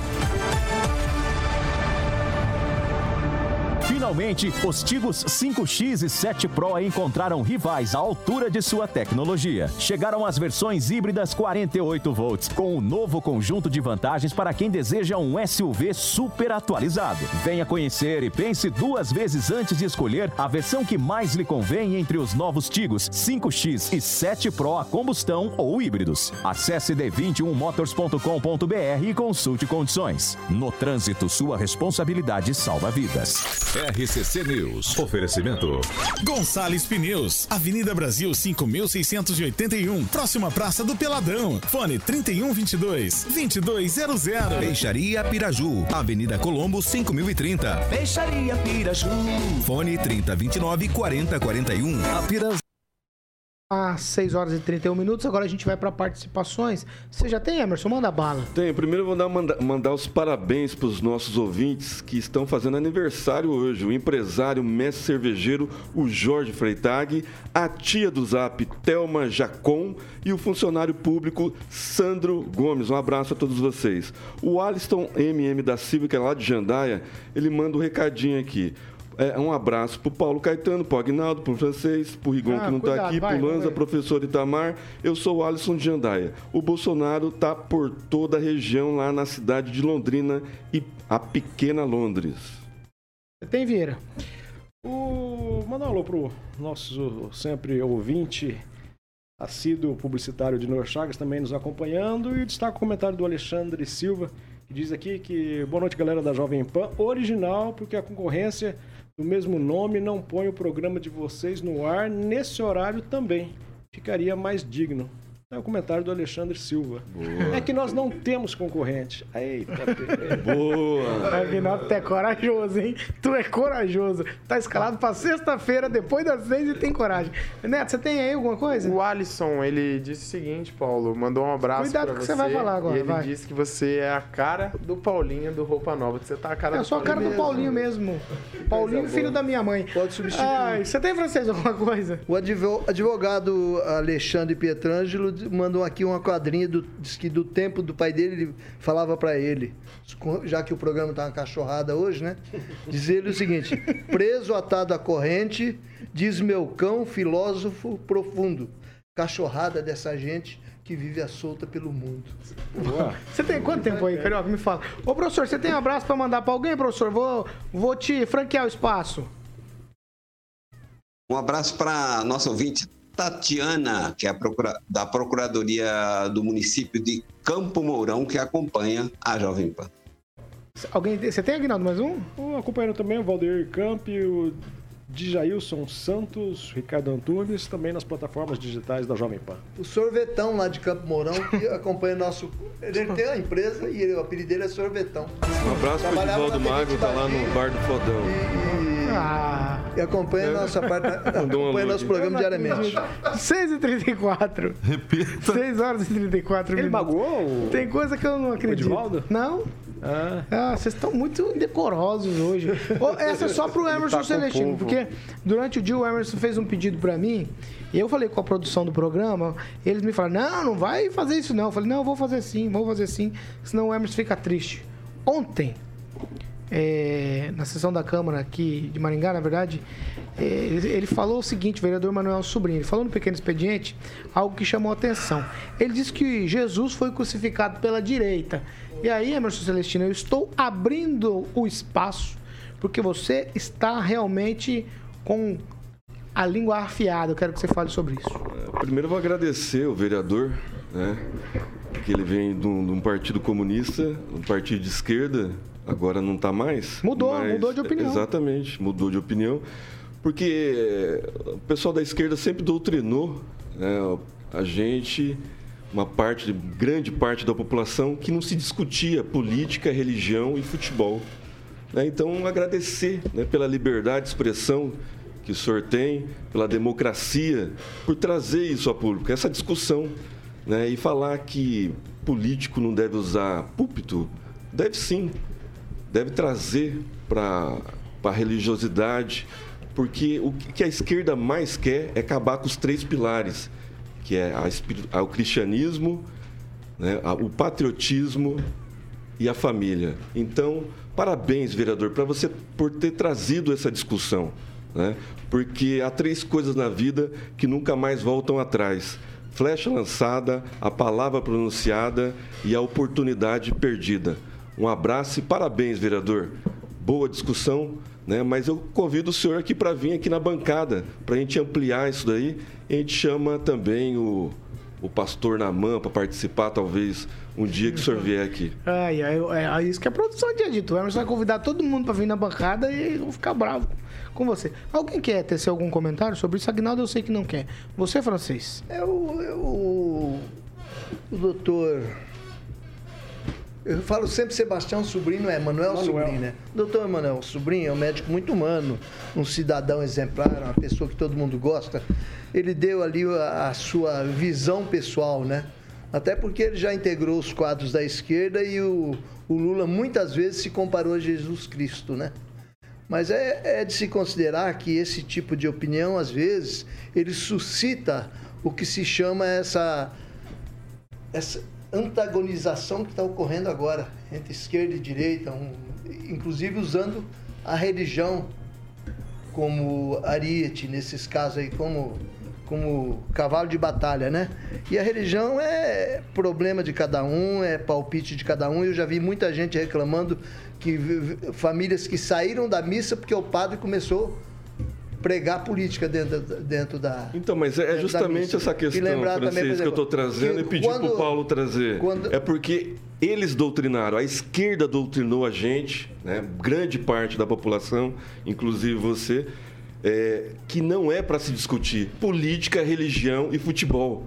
A: Finalmente, os Tigos cinco X e sete Pro encontraram rivais à altura de sua tecnologia. Chegaram as versões híbridas quarenta e oito volts, com um novo conjunto de vantagens para quem deseja um S U V super atualizado. Venha conhecer e pense duas vezes antes de escolher a versão que mais lhe convém entre os novos Tigos cinco X e sete Pro a combustão ou híbridos. Acesse d vinte e um motors ponto com ponto b r e consulte condições. No trânsito, sua responsabilidade salva vidas. R C C News. Oferecimento
J: Gonçalves Pneus, Avenida Brasil cinco mil seiscentos e oitenta e um, próxima Praça do Peladão. Fone trinta e um, vinte e dois, vinte e dois zero zero.
K: Peixaria Piraju, Avenida Colombo cinco mil e trinta.
J: Peixaria Piraju.
K: Fone trinta, vinte e nove, quarenta, quarenta e um. A Piraju.
B: Às seis horas e trinta e um minutos, agora a gente vai para participações. Você já tem, Emerson? Manda bala.
D: Tenho. Primeiro eu vou dar, mandar, mandar os parabéns para os nossos ouvintes que estão fazendo aniversário hoje. O empresário, mestre cervejeiro, o Jorge Freitag, a tia do Zap, Thelma Jacon, e o funcionário público, Sandro Gomes. Um abraço a todos vocês. O Aliston M M da Silva, que é lá de Jandaia, ele manda um recadinho aqui. É, um abraço pro Paulo Caetano, pro Aguinaldo, pro Francês, pro Rigon, ah, que não cuidado, tá aqui, vai, pro Lanza, professor Itamar. Eu sou o Alisson de Jandaia. O Bolsonaro tá por toda a região lá na cidade de Londrina e a pequena Londres.
B: Tem, Vieira.
F: O... Manda um alô pro nosso sempre ouvinte, assíduo publicitário de Nor Chagas, também nos acompanhando. E destaca o comentário do Alexandre Silva, que diz aqui que boa noite, galera da Jovem Pan. Original, porque a concorrência do mesmo nome não põe o programa de vocês no ar nesse horário também. Ficaria mais digno. É o comentário do Alexandre Silva. Boa. É que nós não temos concorrente. Eita,
B: boa! Aguinaldo, tu é corajoso, hein? Tu é corajoso. Tá escalado pra sexta-feira, depois das seis, e tem coragem. Neto, você tem aí alguma coisa?
G: O Alisson, ele disse o seguinte, Paulo, mandou um abraço
B: Cuidado
G: pra
B: com o que
G: você.
B: você vai falar agora,
G: e ele
B: vai.
G: disse que você é a cara do Paulinho do Roupa Nova, que você tá a cara
B: Eu
G: do
B: sou a cara do Paulinho mesmo. Paulinho, filho da minha mãe.
E: Pode substituir.
B: Ai, você tem, francês, alguma coisa?
E: O advogado Alexandre Pietrangelo mandou aqui uma quadrinha, do, diz que do tempo do pai dele, ele falava pra ele, já que o programa tá uma cachorrada hoje, né? Diz ele o seguinte: preso atado à corrente, diz meu cão, filósofo profundo. Cachorrada dessa gente que vive à solta pelo mundo.
B: Boa. Você tem quanto tempo aí, Carioca? Me fala. Ô, professor, você tem um abraço pra mandar pra alguém, professor? Vou, vou te franquear o espaço.
H: Um abraço para nossa ouvinte Tatiana, que é a procura, da Procuradoria do município de Campo Mourão, que acompanha a Jovem Pan.
B: Alguém, você tem, Aguinaldo, mais um?
F: Oh, acompanhando também o Valdeir Camp, o Djailson Santos, Ricardo Antunes, também nas plataformas digitais da Jovem Pan.
E: O Sorvetão lá de Campo Mourão, que acompanha nosso... Ele tem uma empresa e ele, o apelido dele é Sorvetão.
D: Um abraço para o Edivaldo Magro, tá lá no Bar do Fodão.
E: E, e,
B: ah.
E: e acompanha é. nossa parte, acompanha nosso programa diariamente.
B: seis e trinta e quatro.
C: Repita.
B: seis horas e trinta e quatro
F: Ele
B: minutos.
F: magoou?
B: Tem coisa que eu não acredito.
F: O Edivaldo?
B: Não.
F: Ah,
B: ah vocês estão muito decorosos hoje. Essa é só pro Emerson tá Celestino, porque durante o dia o Emerson fez um pedido pra mim, e eu falei com a produção do programa, eles me falaram, não, não vai fazer isso não. Eu falei, não, eu vou fazer sim, vou fazer sim, senão o Emerson fica triste. Ontem, é, na sessão da Câmara aqui de Maringá, na verdade, é, ele, ele falou o seguinte, o vereador Manuel Sobrinho, ele falou no Pequeno Expediente algo que chamou a atenção. Ele disse que Jesus foi crucificado pela direita. E aí, Emerson Celestino, eu estou abrindo o espaço, porque você está realmente com a língua afiada. Eu quero que você fale sobre isso.
D: Primeiro eu vou agradecer o vereador, né, que ele vem de um, de um partido comunista, um partido de esquerda, agora não está mais.
B: Mudou,
D: mas,
B: mudou de opinião.
D: Exatamente, mudou de opinião, porque o pessoal da esquerda sempre doutrinou, né, a gente... uma parte, grande parte da população que não se discutia política, religião e futebol. Né? Então, agradecer, né, pela liberdade de expressão que o senhor tem, pela democracia, por trazer isso a público, essa discussão. Né? E falar que político não deve usar púlpito, deve sim, deve trazer para a religiosidade, porque o que a esquerda mais quer é acabar com os três pilares, que é a, o cristianismo, né, a, o patriotismo e a família. Então, parabéns, vereador, para você por ter trazido essa discussão, né? Porque há três coisas na vida que nunca mais voltam atrás: flecha lançada, a palavra pronunciada e a oportunidade perdida. Um abraço e parabéns, vereador. Boa discussão, né? Mas eu convido o senhor aqui para vir aqui na bancada, para a gente ampliar isso daí. A gente chama também o, o pastor Namã para participar, talvez, um dia que o senhor vier aqui.
B: Ai, ai, é isso que a produção tinha dito. O Emerson vai convidar todo mundo para vir na bancada e eu vou ficar bravo com você. Alguém quer tecer algum comentário sobre isso? Aguinaldo, eu sei que não quer. Você, francês?
E: É o, é o, o doutor... Eu falo sempre Sebastião Sobrinho, não é Manuel Sobrinho, né? O doutor Manuel Sobrinho é um médico muito humano, um cidadão exemplar, uma pessoa que todo mundo gosta. Ele deu ali a, a sua visão pessoal, né? Até porque ele já integrou os quadros da esquerda e o, o Lula muitas vezes se comparou a Jesus Cristo, né? Mas é, é de se considerar que esse tipo de opinião, às vezes, ele suscita o que se chama essa... essa antagonização que está ocorrendo agora entre esquerda e direita, um, inclusive usando a religião como ariete, nesses casos aí, como, como cavalo de batalha, né? E a religião é problema de cada um, é palpite de cada um. Eu já vi muita gente reclamando que famílias que saíram da missa porque o padre começou pregar política dentro, dentro da...
D: Então, mas é justamente essa questão, Francisco, também, exemplo, que eu estou trazendo que e pedi para o Paulo trazer. Quando... É porque eles doutrinaram, a esquerda doutrinou a gente, né, grande parte da população, inclusive você, é, que não é para se discutir política, religião e futebol.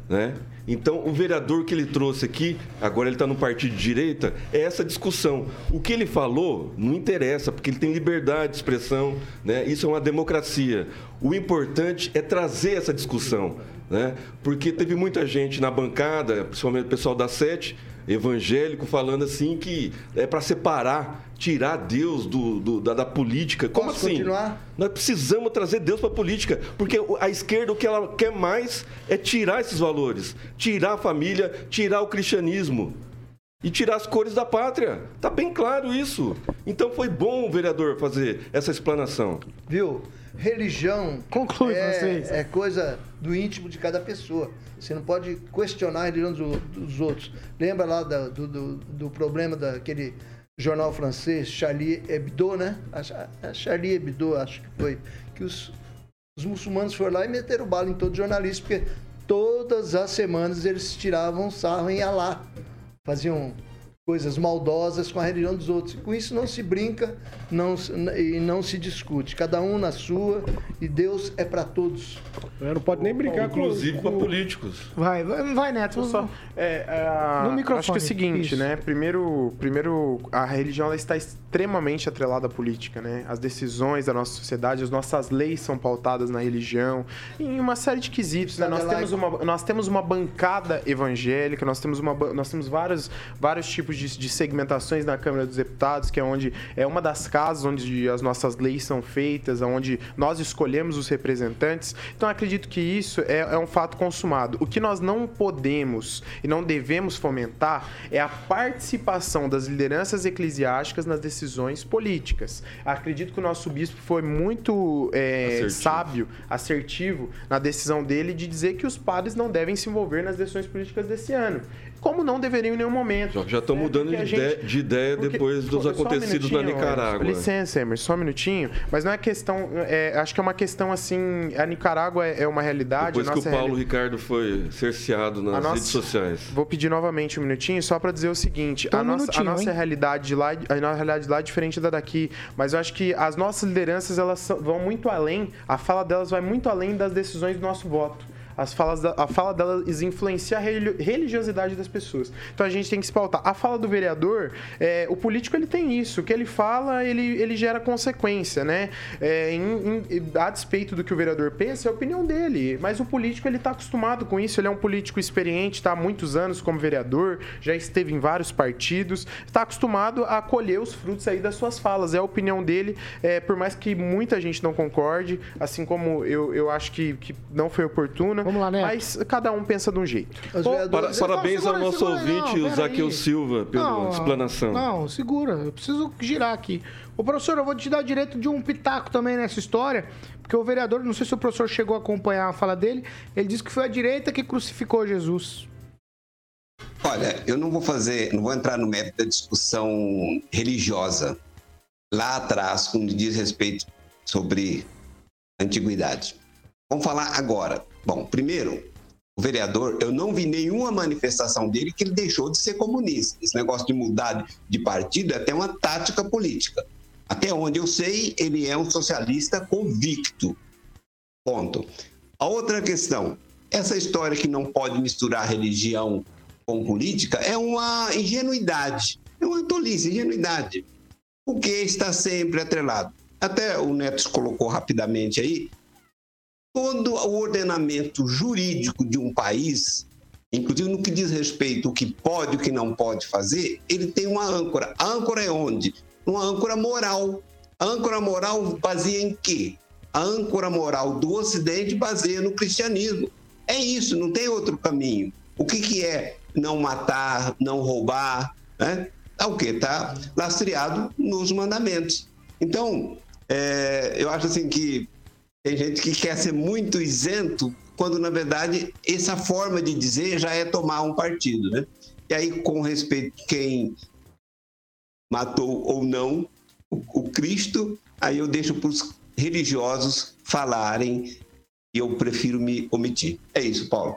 D: né? Então, o vereador que ele trouxe aqui, agora ele está no partido de direita, é essa discussão. O que ele falou não interessa, porque ele tem liberdade de expressão, né? Isso é uma democracia. O importante é trazer essa discussão, né? Porque teve muita gente na bancada, principalmente o pessoal da Sete, evangélico, falando assim que é para separar, tirar Deus do, do, da, da política. Como
E: Posso
D: assim?
E: continuar?
D: Nós precisamos trazer Deus para a política, porque a esquerda o que ela quer mais é tirar esses valores, tirar a família, tirar o cristianismo e tirar as cores da pátria. Tá bem claro isso. Então foi bom o vereador fazer essa explanação.
E: Viu? Religião
B: Conclui,
E: é,
B: vocês.
E: é coisa do íntimo de cada pessoa. Você não pode questionar a religião dos, dos outros. Lembra lá da, do, do, do problema daquele jornal francês, Charlie Hebdo, né? A, a Charlie Hebdo, acho que foi. Que os, os muçulmanos foram lá e meteram bala em todo jornalista, porque todas as semanas eles tiravam sarro em Alá. Faziam coisas maldosas com a religião dos outros. Com isso não se brinca não, e não se discute. Cada um na sua, e Deus é para todos.
F: Eu não pode nem brincar,
D: inclusive
F: com...
D: para políticos.
B: Vai, vai, vai Neto.
G: Só, é, é,
B: no microfone.
G: Acho que é o seguinte,
B: Isso.
G: né? Primeiro, primeiro, a religião ela está extremamente atrelada à política, né? As decisões da nossa sociedade, as nossas leis são pautadas na religião, em uma série de quesitos, né? Nós temos uma, nós temos uma bancada evangélica, nós temos, uma, nós temos vários, vários tipos de, de segmentações na Câmara dos Deputados, que é onde é uma das casas onde as nossas leis são feitas, onde nós escolhemos os representantes. Então, acredito que isso é, é um fato consumado. O que nós não podemos e não devemos fomentar é a participação das lideranças eclesiásticas nas decisões políticas. Acredito que o nosso bispo foi muito é, assertivo. sábio, assertivo na decisão dele de dizer que os padres não devem se envolver nas decisões políticas desse ano. Como não deveriam em nenhum momento.
D: Já estão mudando de, gente, de ideia porque, depois dos acontecidos um na Nicarágua.
G: Licença, Emerson, só um minutinho. Mas não é questão... É, acho que é uma questão assim... A Nicarágua é uma realidade.
D: Depois que o Paulo reali... Ricardo foi cerceado nas nossa, redes sociais.
G: Vou pedir novamente um minutinho só para dizer o seguinte. Então, a, um nossa, a nossa realidade de lá, a nossa realidade de lá é diferente da daqui. Mas eu acho que as nossas lideranças elas vão muito além. A fala delas vai muito além das decisões do nosso voto. As falas da, a fala delas influencia a religiosidade das pessoas. Então a gente tem que se pautar. A fala do vereador, é, o político ele tem isso. O que ele fala, ele, ele gera consequência, né? É, em, em, a despeito do que o vereador pensa, é a opinião dele. Mas o político, ele está acostumado com isso. Ele é um político experiente, está há muitos anos como vereador, já esteve em vários partidos, está acostumado a colher os frutos aí das suas falas. É a opinião dele, é, por mais que muita gente não concorde, assim como eu, eu acho que, que não foi oportuna.
B: Vamos lá, né?
G: Mas cada um pensa de um jeito.
D: Para, parabéns
B: não, segura,
D: ao nosso
B: segura,
D: ouvinte,
B: não,
D: o Zaqueu Silva, pela
B: não,
D: explanação.
B: Não, segura. Eu preciso girar aqui. Ô, professor, eu vou te dar o direito de um pitaco também nessa história, porque o vereador, não sei se o professor chegou a acompanhar a fala dele, ele disse que foi a direita que crucificou Jesus.
H: Olha, eu não vou fazer, não vou entrar no mérito da discussão religiosa lá atrás, quando diz respeito sobre a antiguidade. Vamos falar agora. Bom, primeiro, o vereador, eu não vi nenhuma manifestação dele que ele deixou de ser comunista. Esse negócio de mudar de partido é até uma tática política. Até onde eu sei, ele é um socialista convicto. Ponto. A outra questão, essa história que não pode misturar religião com política é uma ingenuidade, é uma tolice, ingenuidade. Porque está sempre atrelado. Até o Neto colocou rapidamente aí, todo o ordenamento jurídico de um país, inclusive no que diz respeito ao que pode e o que não pode fazer, ele tem uma âncora. A âncora é onde? Uma âncora moral. A âncora moral baseia em quê? A âncora moral do Ocidente baseia no cristianismo. É isso, não tem outro caminho. O que, que é não matar, não roubar? Né? Tá o quê? Está lastreado nos mandamentos. Então, é, eu acho assim que tem gente que quer ser muito isento, quando, na verdade, essa forma de dizer já é tomar um partido, né? E aí, com respeito a quem matou ou não o, o Cristo, aí eu deixo para os religiosos falarem e eu prefiro me omitir. É isso, Paulo.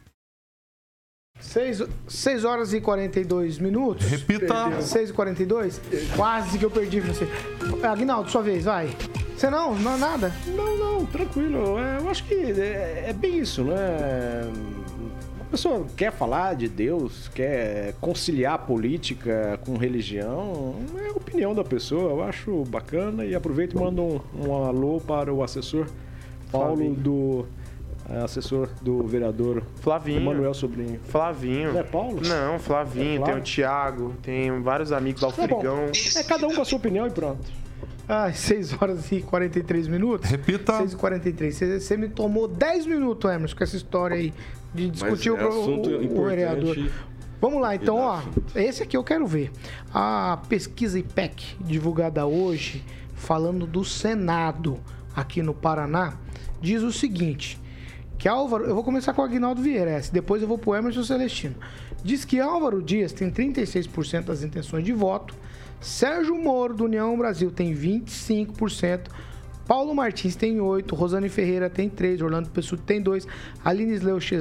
B: seis horas e quarenta e dois minutos.
C: Repita.
B: seis e quarenta e dois. Quase que eu perdi você. Aguinaldo, sua vez, vai. Você não? Não, nada?
F: Não, não, tranquilo. É, eu acho que é, é bem isso, né? pessoa quer falar de Deus, quer conciliar política com religião, é a opinião da pessoa, eu acho bacana. E aproveito e mando um, um alô para o assessor Paulo Flavinho. do... assessor do vereador
G: Flavinho.
F: Emanuel Sobrinho.
G: Flavinho.
F: Não é Paulo?
G: Não, Flavinho, é tem o Thiago, tem vários amigos do Alfrigão.
F: É, é cada um com a sua opinião e pronto.
B: Ai, seis horas e quarenta e três minutos.
C: Repita.
B: seis e quarenta e três. Você, você me tomou dez minutos, Emerson, com essa história aí de discutir
D: Mas é
B: o,
D: assunto
B: o, o vereador. Vamos lá, então, ó. Esse aqui eu quero ver. A pesquisa I P E C, divulgada hoje, falando do Senado aqui no Paraná, diz o seguinte: que Álvaro, eu vou começar com o Aguinaldo Vieira, essa, depois eu vou pro Emerson Celestino. Diz que Álvaro Dias tem trinta e seis por cento das intenções de voto, Sérgio Moro, do União Brasil, tem vinte e cinco por cento, Paulo Martins tem oito por cento, Rosane Ferreira tem três por cento, Orlando Pessutti tem dois por cento, Aline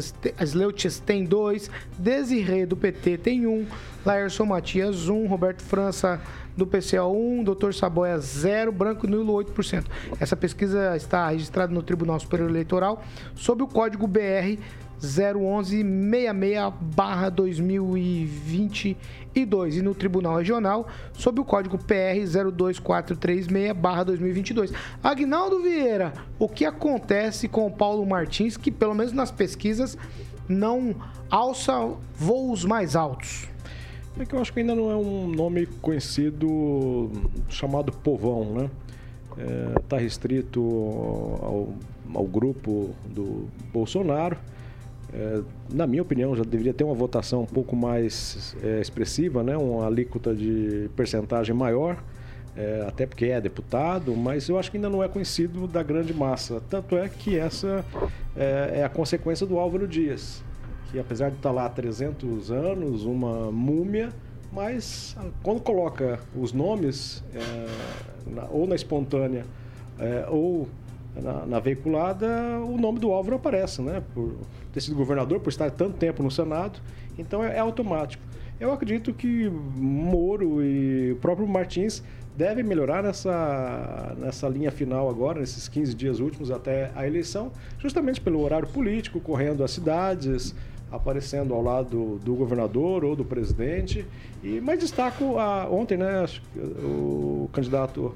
B: Sleuches tem dois por cento, Desirê, do P T, tem um por cento, Laércio Matias um por cento, Roberto França, do P C O um, doutor Saboia zero, branco nulo oito por cento. Essa pesquisa está registrada no Tribunal Superior Eleitoral sob o código B R zero um um seis seis barra dois mil e vinte e dois e no Tribunal Regional sob o código P R zero dois quatro três seis barra dois mil e vinte e dois. Aguinaldo Vieira, o que acontece com o Paulo Martins, que pelo menos nas pesquisas não alça voos mais altos?
F: É que eu acho que ainda não é um nome conhecido chamado povão, né? Está é, restrito ao, ao grupo do Bolsonaro. É, na minha opinião, já deveria ter uma votação um pouco mais é, expressiva, né? Uma alíquota de percentagem maior, é, até porque é deputado, mas eu acho que ainda não é conhecido da grande massa. Tanto é que essa é, é a consequência do Álvaro Dias, que apesar de estar lá há trezentos anos, uma múmia, mas quando coloca os nomes, é, na, ou na espontânea, é, ou na, na veiculada, o nome do Álvaro aparece, né? Por ter sido governador, por estar tanto tempo no Senado, então é, é automático. Eu acredito que Moro e o próprio Martins devem melhorar nessa, nessa linha final agora, nesses quinze dias últimos até a eleição, justamente pelo horário político, correndo as cidades, aparecendo ao lado do governador ou do presidente. E, mas destaco a, ontem, né, o candidato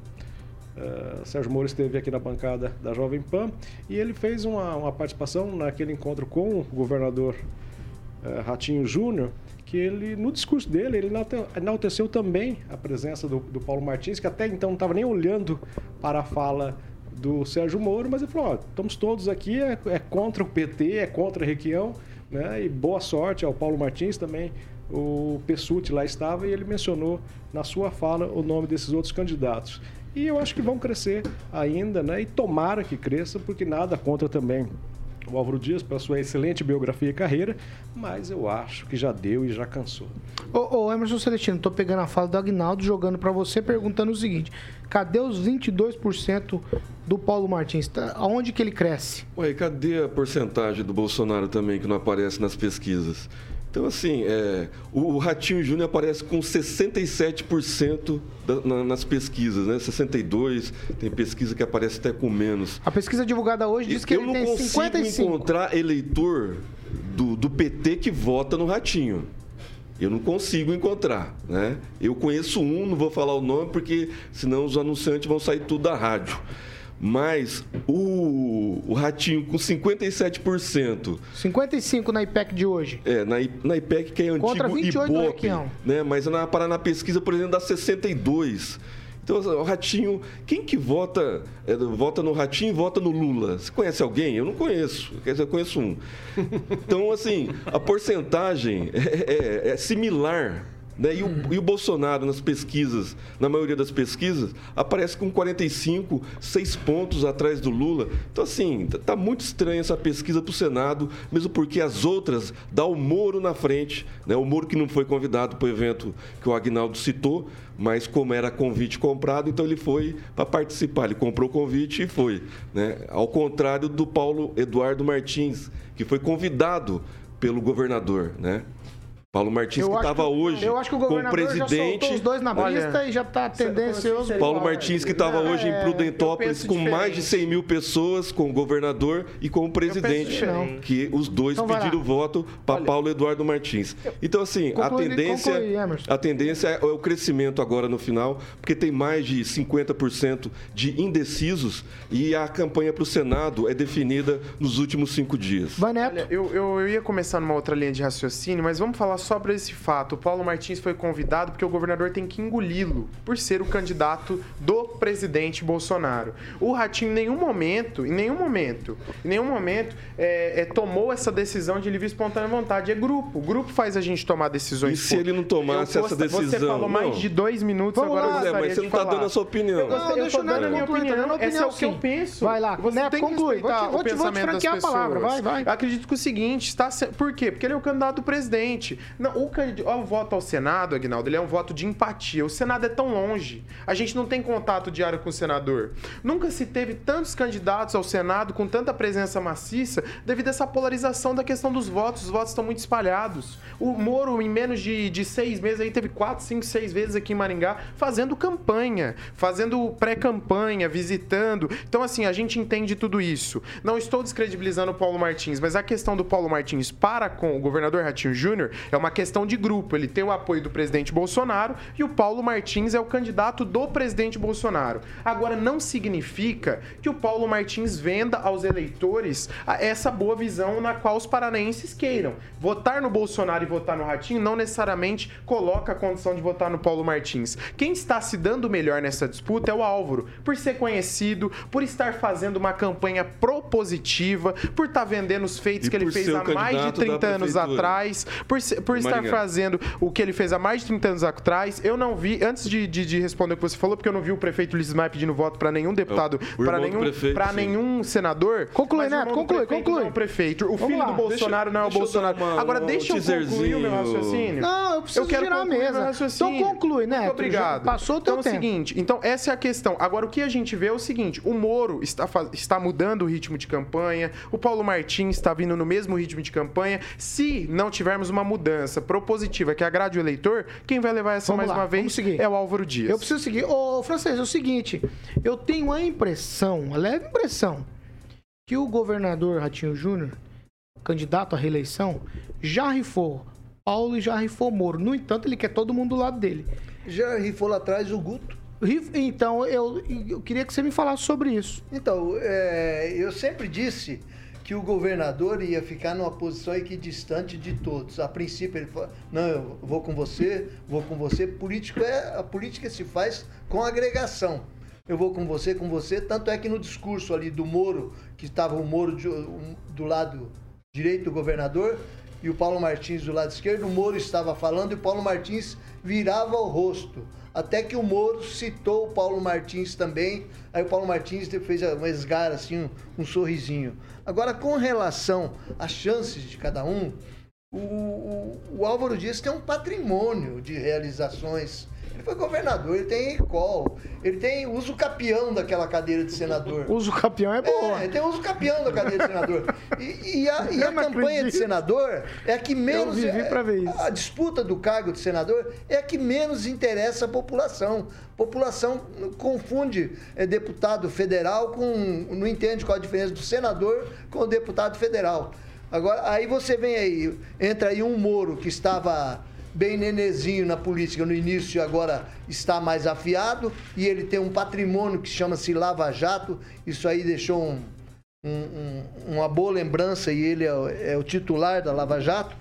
F: uh, Sérgio Moro esteve aqui na bancada da Jovem Pan e ele fez uma, uma participação naquele encontro com o governador uh, Ratinho Júnior, que ele, no discurso dele, ele enalteceu também a presença do, do Paulo Martins, que até então não estava nem olhando para a fala do Sérgio Moro, mas ele falou, ó, estamos todos aqui, é, é contra o P T, é contra a Requião, né? E boa sorte ao Paulo Martins também. O Pessutti lá estava e ele mencionou na sua fala o nome desses outros candidatos. E eu acho que vão crescer ainda, né? E tomara que cresça, porque nada contra também o Álvaro Dias pela sua excelente biografia e carreira, mas eu acho que já deu e já cansou.
B: Ô, ô Emerson Celestino, tô pegando a fala do Aguinaldo, jogando para você, perguntando o seguinte: cadê os vinte e dois por cento do Paulo Martins? Aonde que ele cresce?
D: Ué, cadê a porcentagem do Bolsonaro também, que não aparece nas pesquisas? Então, assim, é, o Ratinho Júnior aparece com sessenta e sete por cento da, na, nas pesquisas, né? sessenta e dois por cento, tem pesquisa que aparece até com menos.
B: A pesquisa divulgada hoje diz que
D: eu
B: ele tem cinquenta e cinco por cento.
D: Eu não consigo encontrar eleitor do, do P T que vota no Ratinho. Eu não consigo encontrar, né? Eu conheço um, não vou falar o nome, porque senão os anunciantes vão sair tudo da rádio. Mas o, o Ratinho com cinquenta e sete por cento.
B: cinquenta e cinco por cento na I P E C de hoje.
D: É, na, na I P E C que é antigo
B: contra vinte e oito
D: Ibope, né? Mas na Paraná Pesquisa, por exemplo, dá sessenta e dois por cento. Então, o Ratinho, quem que vota, é, vota no Ratinho e vota no Lula? Você conhece alguém? Eu não conheço, quer dizer, eu conheço um. Então, assim, a porcentagem é, é, é similar. Né? E, o, e o Bolsonaro, nas pesquisas, na maioria das pesquisas, aparece com quarenta e cinco, seis pontos atrás do Lula. Então, assim, tá muito estranha essa pesquisa para o Senado, mesmo porque as outras dá o Moro na frente, né? O Moro que não foi convidado para o evento que o Aguinaldo citou, mas como era convite comprado, então ele foi para participar. Ele comprou o convite e foi, né? Ao contrário do Paulo Eduardo Martins, que foi convidado pelo governador, né? Paulo Martins,
B: Eu
D: que
B: acho
D: estava hoje
B: Eu acho que o
D: com o
B: governador já
D: presidente.
B: soltou os dois na pista
G: Olha,
B: e já está tendencioso.
D: Paulo Martins, que estava
G: Não,
D: hoje
G: é,
D: em Prudentópolis
G: eu
D: com
G: penso
D: mais de cem mil pessoas, com o governador e com o presidente,
G: diferente.
D: que os dois
B: Então vai
D: pediram
B: lá.
D: voto para Paulo Eduardo Martins. Então, assim, a
B: Conclui-
D: tendência,
B: conclui, Emerson.
D: a tendência é o crescimento agora no final, porque tem mais de cinquenta por cento de indecisos e a campanha para o Senado é definida nos últimos cinco dias.
B: Vai, Neto.
G: Olha, eu, eu, eu ia começar numa outra linha de raciocínio, mas vamos falar só para esse fato. O Paulo Martins foi convidado porque o governador tem que engoli-lo por ser o candidato do presidente Bolsonaro. O Ratinho, em nenhum momento, em nenhum momento, em nenhum momento, é, é, tomou essa decisão de livre e espontânea vontade. É grupo. O grupo faz a gente tomar decisões.
D: E se ele não tomasse
G: Eu
D: essa
G: gosto-
D: decisão?
G: Você falou mais
D: Não.
G: de dois minutos,
B: Vamos
G: agora
B: lá,
G: eu
D: Pois é,
G: gostaria
D: mas você
G: de
D: não está
G: falar.
D: dando a sua opinião.
G: Eu gostaria,
B: Não,
G: eu
B: deixa
G: tô
B: o Neto
G: dando a minha
B: concluir, tá
G: opinião.
B: dando a
G: Esse é o
B: opinião,
G: que eu
B: sim.
G: penso.
B: Vai lá,
G: Você
B: Neto,
G: tem que
B: conclui.
G: respeitar
B: Vou te- vou
G: o
B: te- vou te
G: pensamento das
B: franquear a palavra.
G: pessoas.
B: Vai, vai.
G: Eu acredito que o seguinte, está se... por quê? Porque ele é o candidato do presidente. Não, o, candid... o voto ao Senado, Aguinaldo, ele é um voto de empatia. O Senado é tão longe. A gente não tem contato diário com o senador. Nunca se teve tantos candidatos ao Senado com tanta presença maciça devido a essa polarização da questão dos votos. Os votos estão muito espalhados. O Moro, em menos de, de seis meses, aí teve quatro, cinco, seis vezes aqui em Maringá fazendo campanha, fazendo pré-campanha, visitando. Então, assim, a gente entende tudo isso. Não estou descredibilizando o Paulo Martins, mas a questão do Paulo Martins para com o governador Ratinho Júnior é uma questão de grupo. Ele tem o apoio do presidente Bolsonaro e o Paulo Martins é o candidato do presidente Bolsonaro. Agora, não significa que o Paulo Martins venda aos eleitores essa boa visão na qual os paranaenses queiram. Votar no Bolsonaro e votar no Ratinho não necessariamente coloca a condição de votar no Paulo Martins. Quem está se dando melhor nessa disputa é o Álvaro, por ser conhecido, por estar fazendo uma campanha propositiva, por estar vendendo os feitos
D: E
G: que ele
D: por
G: fez
D: ser o
G: há mais de
D: candidato
G: trinta
D: da
G: anos
D: prefeitura.
G: atrás, por, ser- por estar
D: Maringá.
G: fazendo o que ele fez há mais de trinta anos atrás. Eu não vi, antes de, de, de responder o que você falou, porque eu não vi o prefeito Ulisses Maia pedindo voto para nenhum deputado,
D: É, o
G: para
D: irmão do
G: nenhum,
D: prefeito,
G: pra
D: sim.
G: nenhum senador.
B: Conclui,
G: mas o
B: Neto,
G: irmão do
B: conclui,
G: prefeito
B: conclui.
G: não é o prefeito. O
B: Vamos
G: filho
B: lá.
G: do Bolsonaro não é o
D: deixa eu
G: Bolsonaro.
D: dar uma-
G: Agora,
D: um
G: deixa eu concluir o meu
D: teaserzinho.
G: raciocínio.
B: Não, eu preciso
G: quero
B: girar a
G: concluir
B: mesa.
G: meu raciocínio.
B: Então conclui, Neto.
G: Muito obrigado.
B: Já passou o teu
G: então,
B: tempo.
G: é o seguinte, então essa é a questão. Agora, o que a gente vê é o seguinte, o Moro está, faz- está mudando o ritmo de campanha, o Paulo Martins está vindo no mesmo ritmo de campanha. Se não tivermos uma mudança propositiva que agrade o eleitor, quem vai levar essa
B: Vamos
G: mais
B: lá,
G: uma vez
B: vamos seguir.
G: é o Álvaro Dias.
B: Eu preciso seguir. Ô, Francês, é o seguinte. Eu tenho a impressão, a leve impressão, que o governador Ratinho Júnior, candidato à reeleição, já rifou Paulo e já rifou Moro. No entanto, ele quer todo mundo do lado dele.
E: Já rifou lá atrás o Guto.
B: Rif- Então, eu, eu queria que você me falasse sobre isso.
E: Então, é, eu sempre disse que o governador ia ficar numa posição equidistante de todos. A princípio ele falou, não, eu vou com você, vou com você. Político é, a política se faz com agregação. Eu vou com você, com você. Tanto é que no discurso ali do Moro, que estava o Moro de- um, do lado direito do governador e o Paulo Martins do lado esquerdo, o Moro estava falando e o Paulo Martins virava o rosto. Até que o Moro citou o Paulo Martins também. Aí o Paulo Martins fez um esgar, assim, um, um sorrisinho. Agora, com relação às chances de cada um, o, o, o Álvaro Dias tem um patrimônio de realizações. Ele foi governador, ele tem recall, ele tem uso capião daquela cadeira de senador.
B: Uso campeão é boa.
E: É, ele tem uso capião da cadeira de senador. E, e a, e a
B: Eu não
E: campanha
B: acredito.
E: de senador é a que menos...
B: vivi pra ver isso.
E: A disputa do cargo de senador é a que menos interessa a população. A população confunde é, deputado federal com... não entende qual a diferença do senador com o deputado federal. Agora, aí você vem aí, entra aí um Moro que estava bem nenezinho na política no início e agora está mais afiado, e ele tem um patrimônio que chama-se Lava Jato. Isso aí deixou um, um, um, uma boa lembrança, e ele é, o- é o titular da Lava Jato.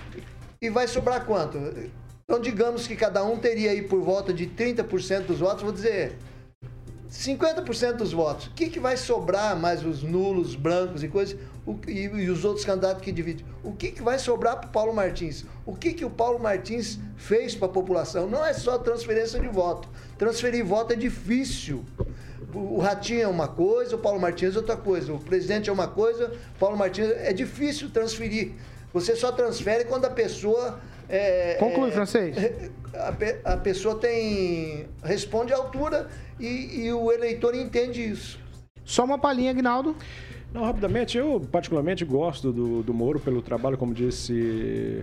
E: E vai sobrar quanto? Então, digamos que cada um teria aí por volta de trinta por cento dos votos, vou dizer cinquenta por cento dos votos. O que, que vai sobrar, mais os nulos, brancos e coisas, o, e, e os outros candidatos que dividem? O que, que vai sobrar para o Paulo Martins? O que, que o Paulo Martins fez para a população? Não é só transferência de voto. Transferir voto é difícil. O Ratinho é uma coisa, o Paulo Martins é outra coisa. O presidente é uma coisa, o Paulo Martins... É difícil transferir. Você só transfere quando a pessoa... É,
B: Conclui,
E: é,
B: Francês.
E: A, pe- a pessoa tem... responde à altura e, e o eleitor entende isso.
B: Só uma palhinha, Aguinaldo.
F: Não, rapidamente, eu particularmente gosto do, do Moro pelo trabalho, como disse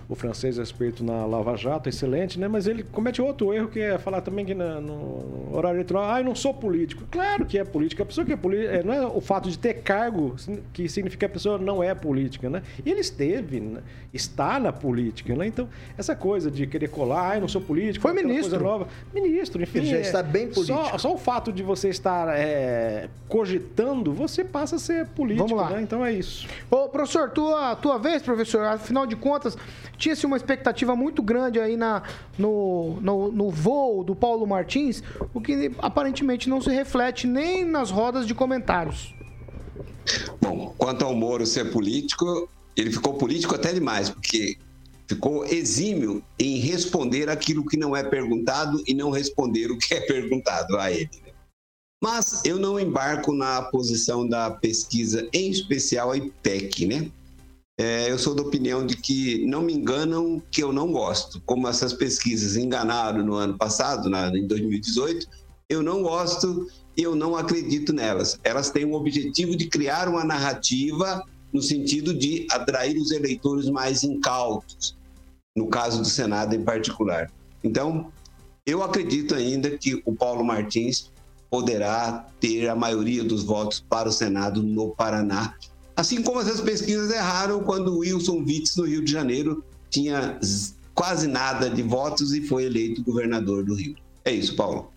F: o francês a respeito na Lava Jato, excelente, né? Mas ele comete outro erro, que é falar também que na, no horário eleitoral, ah, eu não sou político. Claro que é política. A pessoa que é política, não é o fato de ter cargo que significa que a pessoa não é política, né? E ele esteve, né? Está na política, né? Então, essa coisa de querer colar, ah, eu não sou político.
B: Foi ministro.
F: Coisa nova. Ministro, enfim.
E: Ele já
F: é,
E: está bem político.
F: Só, só o fato de você estar é, cogitando, você passa a ser político,
B: Vamos lá.
F: Né? Então é isso.
B: Ô, professor, tua, tua vez, professor, afinal de contas, tinha-se uma expectativa muito grande aí na, no, no, no voo do Paulo Martins, o que aparentemente não se reflete nem nas rodas de comentários.
H: Bom, quanto ao Moro ser político, ele ficou político até demais, porque ficou exímio em responder aquilo que não é perguntado e não responder o que é perguntado a ele. Mas eu não embarco na posição da pesquisa, em especial a I P E C, né? É, eu sou da opinião de que não me enganam, que eu não gosto. Como essas pesquisas enganaram no ano passado, na, em dois mil e dezoito, eu não gosto e eu não acredito nelas. Elas têm o objetivo de criar uma narrativa no sentido de atrair os eleitores mais incautos, no caso do Senado em particular. Então, eu acredito ainda que o Paulo Martins poderá ter a maioria dos votos para o Senado no Paraná, assim como essas pesquisas erraram quando o Wilson Witts, no Rio de Janeiro, tinha quase nada de votos e foi eleito governador do Rio. É isso, Paulo.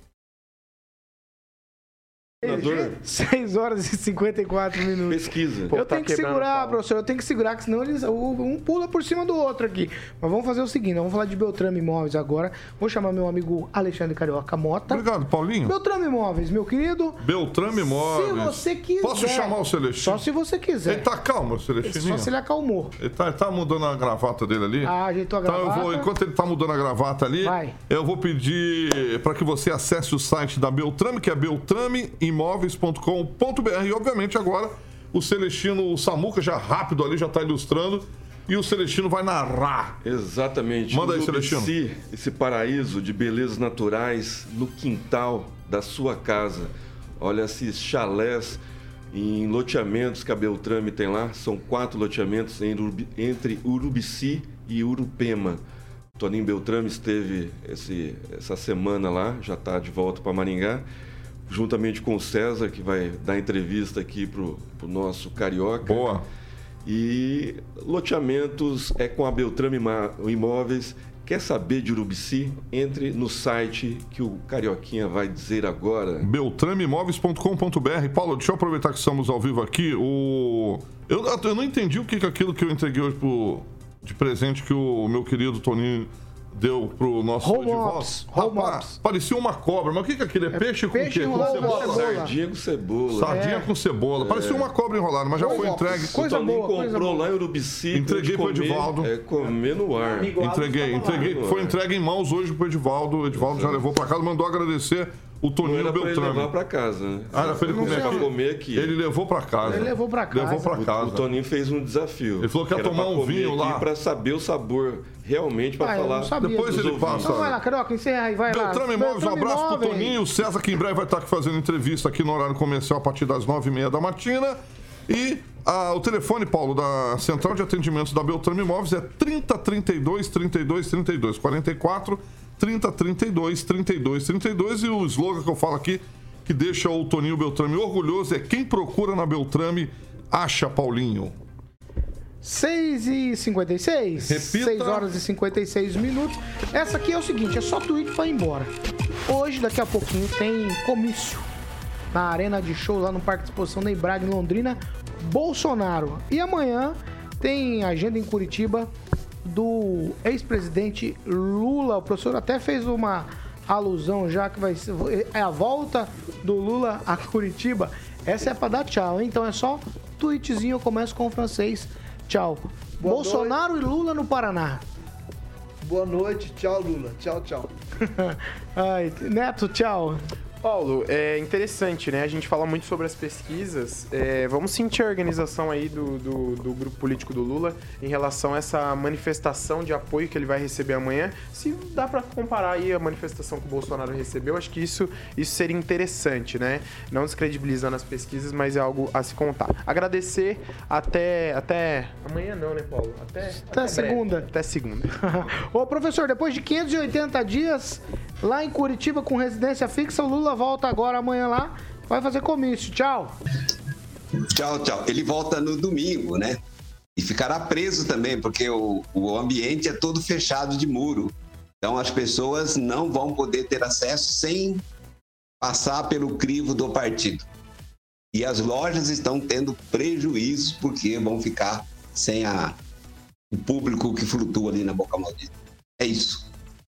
B: seis horas e cinquenta e quatro minutos.
D: Pesquisa.
B: Eu tenho que segurar, professor, eu tenho que segurar, que senão eles, um pula por cima do outro aqui. Mas vamos fazer o seguinte, vamos falar de Beltrame Imóveis agora. Vou chamar meu amigo Alexandre Carioca Mota.
C: Obrigado, Paulinho.
B: Beltrame Imóveis, meu querido.
C: Beltrame Imóveis.
B: Se você quiser.
C: Posso chamar o Celestino?
B: Só se você quiser.
C: Ele tá calmo, Celestino.
B: Só se ele acalmou.
C: Ele tá, ele tá mudando a gravata dele ali.
B: Ah, ajeitou a gravata.
C: Então eu vou, enquanto ele tá mudando a gravata ali,
B: Vai.
C: eu vou pedir para que você acesse o site da Beltrame, que é beltrame imóveis ponto com ponto b r. E obviamente agora o Celestino, o Samuca já rápido ali, já tá ilustrando. E o Celestino vai narrar.
D: Exatamente.
C: Manda aí, Celestino.
D: Esse, esse paraíso de belezas naturais no quintal da sua casa. Olha esses chalés em loteamentos que a Beltrame tem lá. São quatro loteamentos entre Urubici e Urupema. Toninho Beltrame esteve esse, essa semana lá, já está de volta para Maringá, juntamente com o César, que vai dar entrevista aqui para o nosso Carioca.
C: Boa.
D: E loteamentos é com a Beltrame Imóveis. Quer saber de Urubici? Entre no site que o Carioquinha vai dizer agora.
C: beltrame imóveis ponto com ponto b r. Paulo, deixa eu aproveitar que estamos ao vivo aqui. O... Eu, eu não entendi o que é aquilo que eu entreguei hoje pro... de presente que o meu querido Toninho deu pro nosso
B: Home Ops. Home Ops.
C: Parecia uma cobra, mas o que que é aquilo? É peixe,
B: Peixe
C: com o quê? Com
B: enrolado.
C: cebola?
D: Sardinha com cebola.
C: Sardinha
B: É.
C: com cebola. Parecia uma cobra enrolada, mas já
B: Home
C: foi
B: Ops.
C: entregue.
B: Coisa
D: o Toninho
B: boa, coisa
D: comprou
B: boa.
D: lá em Urubici.
C: Entreguei
D: pra
C: pro
D: gente
C: Edivaldo.
D: comer, É comer no ar.
F: Amigo
C: Entreguei, entreguei. Foi entregue em mãos hoje pro Edivaldo. O Edivaldo já levou pra casa, mandou agradecer o
D: Não
C: Toninho
D: era pra ele
C: Beltrame.
D: levar pra casa, né?
C: Ah, era pra ele comer
D: Era pra
C: aqui.
D: comer aqui.
C: Ele levou pra casa.
B: Ele levou pra casa.
C: Levou pra
D: O,
C: casa.
D: o Toninho fez um desafio.
C: Ele falou que ia
D: era
C: tomar
D: pra
C: um
D: comer
C: vinho
D: aqui
C: lá.
D: Pra saber o sabor, realmente, pra
B: Ah, eu
D: falar.
B: não sabia
C: Depois
B: disso.
C: ele passa.
B: Então vai lá, Carioca, encerra aí, vai lá.
C: Beltrame Imóveis, um
B: Beltrame
C: abraço pro
B: Imóveis.
C: Toninho. O César, que em breve vai estar aqui fazendo entrevista aqui no horário comercial a partir das nove e meia da matina. E ah, o telefone, Paulo, da Central de Atendimentos da Beltrame Imóveis é trinta, trinta e dois, trinta e dois, trinta e dois, quarenta e quatro, trinta, trinta e dois, trinta e dois, trinta e dois. E o slogan que eu falo aqui, que deixa o Toninho Beltrame orgulhoso, é: quem procura na Beltrame, acha, Paulinho.
B: seis e cinquenta e seis.
C: Repita.
B: seis horas e cinquenta e seis minutos. Essa aqui é o seguinte, é só tweet pra ir embora. Hoje, daqui a pouquinho, tem comício na Arena de Show, lá no Parque de Exposição da Embrade, em Londrina, Bolsonaro. E amanhã tem agenda em Curitiba do ex-presidente Lula. O professor até fez uma alusão já que vai ser é a volta do Lula a Curitiba. Essa é pra dar tchau, hein? Então é só tweetzinho, eu começo com o francês. Tchau.
E: Boa
B: Bolsonaro e Lula no Paraná.
E: Boa noite, tchau Lula, tchau, tchau.
B: Ai, Neto, tchau.
G: Paulo, é interessante, né? A gente fala muito sobre as pesquisas. É, vamos sentir a organização aí do, do, do grupo político do Lula em relação a essa manifestação de apoio que ele vai receber amanhã. Se dá para comparar aí a manifestação que o Bolsonaro recebeu, acho que isso, isso seria interessante, né? Não descredibilizando as pesquisas, mas é algo a se contar. Agradecer até, até amanhã não, né, Paulo? Até,
B: até,
G: até
B: segunda.
G: Breve. Até segunda.
B: Ô, professor, depois de quinhentos e oitenta dias lá em Curitiba com residência fixa, o Lula volta agora amanhã lá, vai fazer comício. Tchau.
H: Tchau, tchau. Ele volta no domingo, né? E ficará preso também, porque o, o ambiente é todo fechado de muro. Então as pessoas não vão poder ter acesso sem passar pelo crivo do partido. E as lojas estão tendo prejuízo porque vão ficar sem a, o público que flutua ali na Boca Maldita. É isso.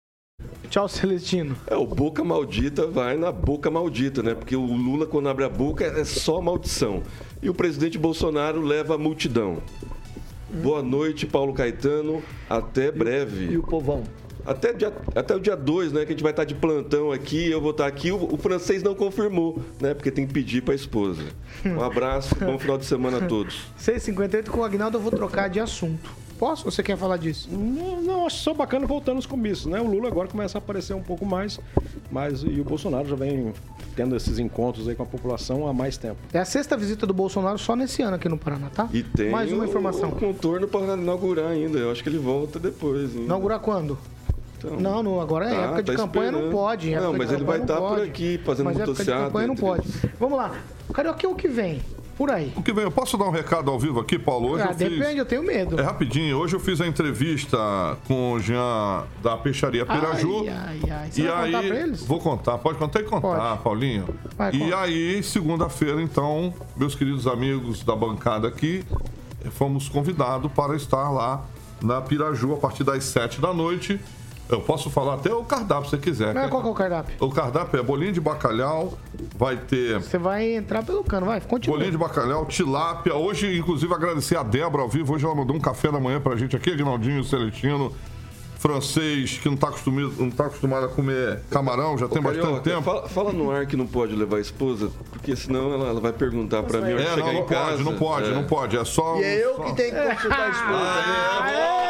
B: Tchau, Celestino.
D: É, o Boca Maldita vai na boca maldita, né? Porque o Lula, quando abre a boca, é só maldição. E o presidente Bolsonaro leva a multidão. Hum. Boa noite, Paulo Caetano. Até breve.
E: E o povão?
D: Até, dia, até o dia dois, né? Que a gente vai estar de plantão aqui, eu vou estar aqui. O, o francês não confirmou, né? Porque tem que pedir para a esposa. Um abraço, bom final de semana a todos.
B: seis e cinquenta e oito com o Agnaldo, eu vou trocar de assunto. Posso? Ou você quer falar disso?
F: Não, não, acho só bacana voltando aos comícios, né? O Lula agora começa a aparecer um pouco mais, mas e o Bolsonaro já vem tendo esses encontros aí com a população há mais tempo.
B: É a sexta visita do Bolsonaro só nesse ano aqui no Paraná, tá?
D: E tem
B: mais uma informação.
D: O contorno para inaugurar ainda. Eu acho que ele volta depois. Ainda.
B: Inaugurar quando? Então, não, não, agora é tá, época de tá campanha, esperando. Não pode.
D: Não, mas ele vai estar por aqui fazendo
B: mas
D: motociata.
B: Época de campanha não pode. Vamos lá. Carioca, o que vem? Por aí.
C: O que vem? Eu posso dar um recado ao vivo aqui, Paulo? Hoje
B: ah,
C: eu
B: depende,
C: fiz...
B: eu tenho medo.
C: É rapidinho. Hoje eu fiz a entrevista com o Jean da Peixaria Piraju.
B: Ai, ai, ai. Você
C: e
B: vai
C: aí,
B: contar pra eles?
C: Vou contar. Pode contar e contar, pode. Paulinho. Vai, e conta. Aí, segunda-feira, então, meus queridos amigos da bancada aqui, fomos convidados para estar lá na Piraju a partir das sete da noite. Eu posso falar até o cardápio, se você quiser.
B: Mas qual que é o cardápio?
C: O cardápio é bolinho de bacalhau, vai ter...
B: Você vai entrar pelo cano, vai, continua.
C: Bolinho de bacalhau, tilápia. Hoje, inclusive, agradecer a Débora ao vivo. Hoje ela mandou um café da manhã pra gente aqui, Aguinaldinho, Celestino, francês, que não tá acostumado, não tá acostumado a comer camarão, já Ô, tem Carioca, bastante tempo.
D: Fala, fala no ar que não pode levar a esposa, porque senão ela, ela vai perguntar pra mim onde
C: é,
D: chegar
C: não,
D: em
C: não
D: casa.
C: Pode, não pode, é. não pode, é só...
E: E é eu
C: só...
E: que tenho que consultar a esposa.
B: Ah,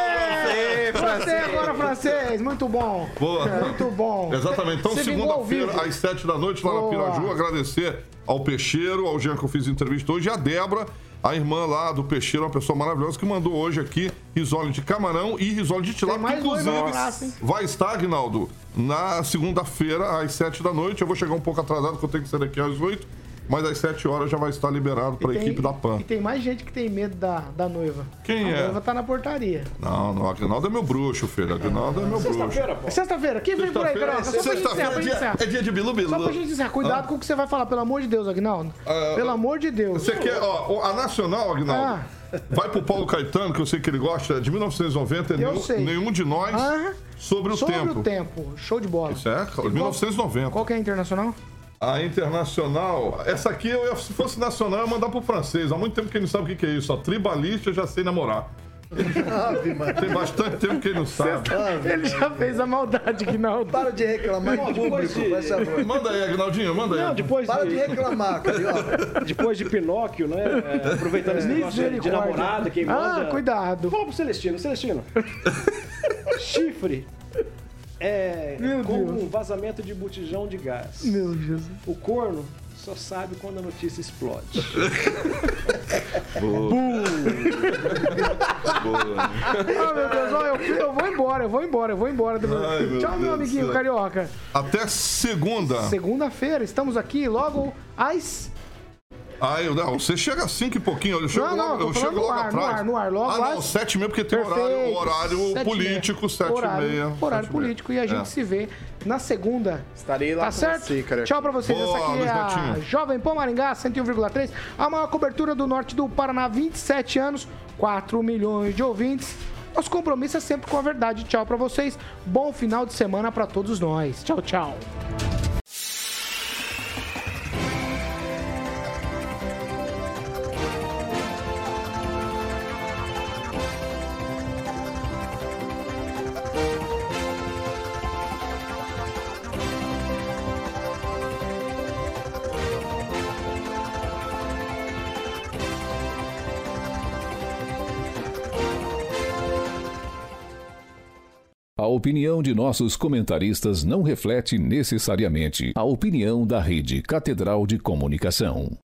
B: é, francês agora, francês, muito bom.
C: Boa.
B: Muito bom.
C: Exatamente, então segunda-feira, às sete da noite, lá Boa. na Piraju, agradecer ao Peixeiro, ao Jean que eu fiz entrevista hoje, e a Débora, a irmã lá do Peixeiro, uma pessoa maravilhosa, que mandou hoje aqui risole de camarão e risole de tilápia, que inclusive abraço, vai estar, Aguinaldo, na segunda-feira, às sete da noite. Eu vou chegar um pouco atrasado, porque eu tenho que sair daqui às oito, mas às sete horas já vai estar liberado para a equipe da P A N.
B: E tem mais gente que tem medo da, da noiva.
C: Quem
B: a
C: é?
B: A noiva tá na portaria.
C: Não, não, Aguinaldo é meu bruxo, filho. Aguinaldo é meu bruxo.
B: Sexta-feira, pô. Sexta-feira, quem vem por aí, Carioca?
C: Sexta-feira é dia, é dia de bilu-bilu.
B: Só pra gente encerrar. Cuidado ah. com o que você vai falar, pelo amor de Deus, Aguinaldo. Ah, pelo amor de Deus.
C: Você quer, ó, a Nacional, Aguinaldo, ah. vai pro Paulo Caetano, que eu sei que ele gosta, de mil novecentos e noventa, nenhum, nenhum de nós, ah. sobre o
B: sobre
C: tempo.
B: Sobre o tempo. Show de bola.
C: Isso é, mil novecentos e noventa.
B: Qual que é a internacional?
C: A internacional, essa aqui, eu, se fosse nacional, eu ia mandar pro francês. Há muito tempo que ele não sabe o que é isso. Ó, tribalista, eu já sei namorar. Tem bastante tempo que ele não sabe.
B: Ele já fez a maldade, Aguinaldo.
E: Para de reclamar em público, de... vai saber.
C: Manda aí, Aguinaldinho, manda aí. Não,
F: depois
E: Para
F: de...
E: de reclamar, Carioca.
F: Depois de Pinóquio, né? É, aproveitando esse negócio de, de namorada, quem manda...
B: Ah, cuidado.
F: Fala pro Celestino, Celestino. Chifre. É,
B: Meu
F: com
B: Deus.
F: um vazamento de botijão de gás.
B: Meu Jesus.
F: O corno só sabe quando a notícia explode.
D: Boa. Boa.
B: Ah, meu Deus, ó, eu, eu vou embora, eu vou embora, eu vou embora. Ai, meu Tchau, Deus meu amiguinho Deus. Carioca.
C: Até segunda.
B: Segunda-feira, estamos aqui logo às...
C: Ah, eu, não, você chega assim que pouquinho, eu chego
B: não, não,
C: logo, eu chego logo
B: ar,
C: atrás.
B: No ar, no ar, logo
C: ah, não,
B: às...
C: sete e meia, porque tem horário, horário
B: sete
C: político, sete
B: horário,
C: e meia.
B: Horário político, e a gente
C: é.
B: se vê na segunda.
G: Estarei lá
B: tá
G: com
B: certo?
G: você, cara.
B: Tchau pra vocês.
C: Boa,
B: Essa aqui é a
C: Netinho.
B: Jovem Pan Maringá, cento e um vírgula três. A maior cobertura do norte do Paraná, vinte e sete anos, quatro milhões de ouvintes. Nosso compromisso é sempre com a verdade. Tchau pra vocês. Bom final de semana pra todos nós. Tchau, tchau.
A: A opinião de nossos comentaristas não reflete necessariamente a opinião da Rede Catedral de Comunicação.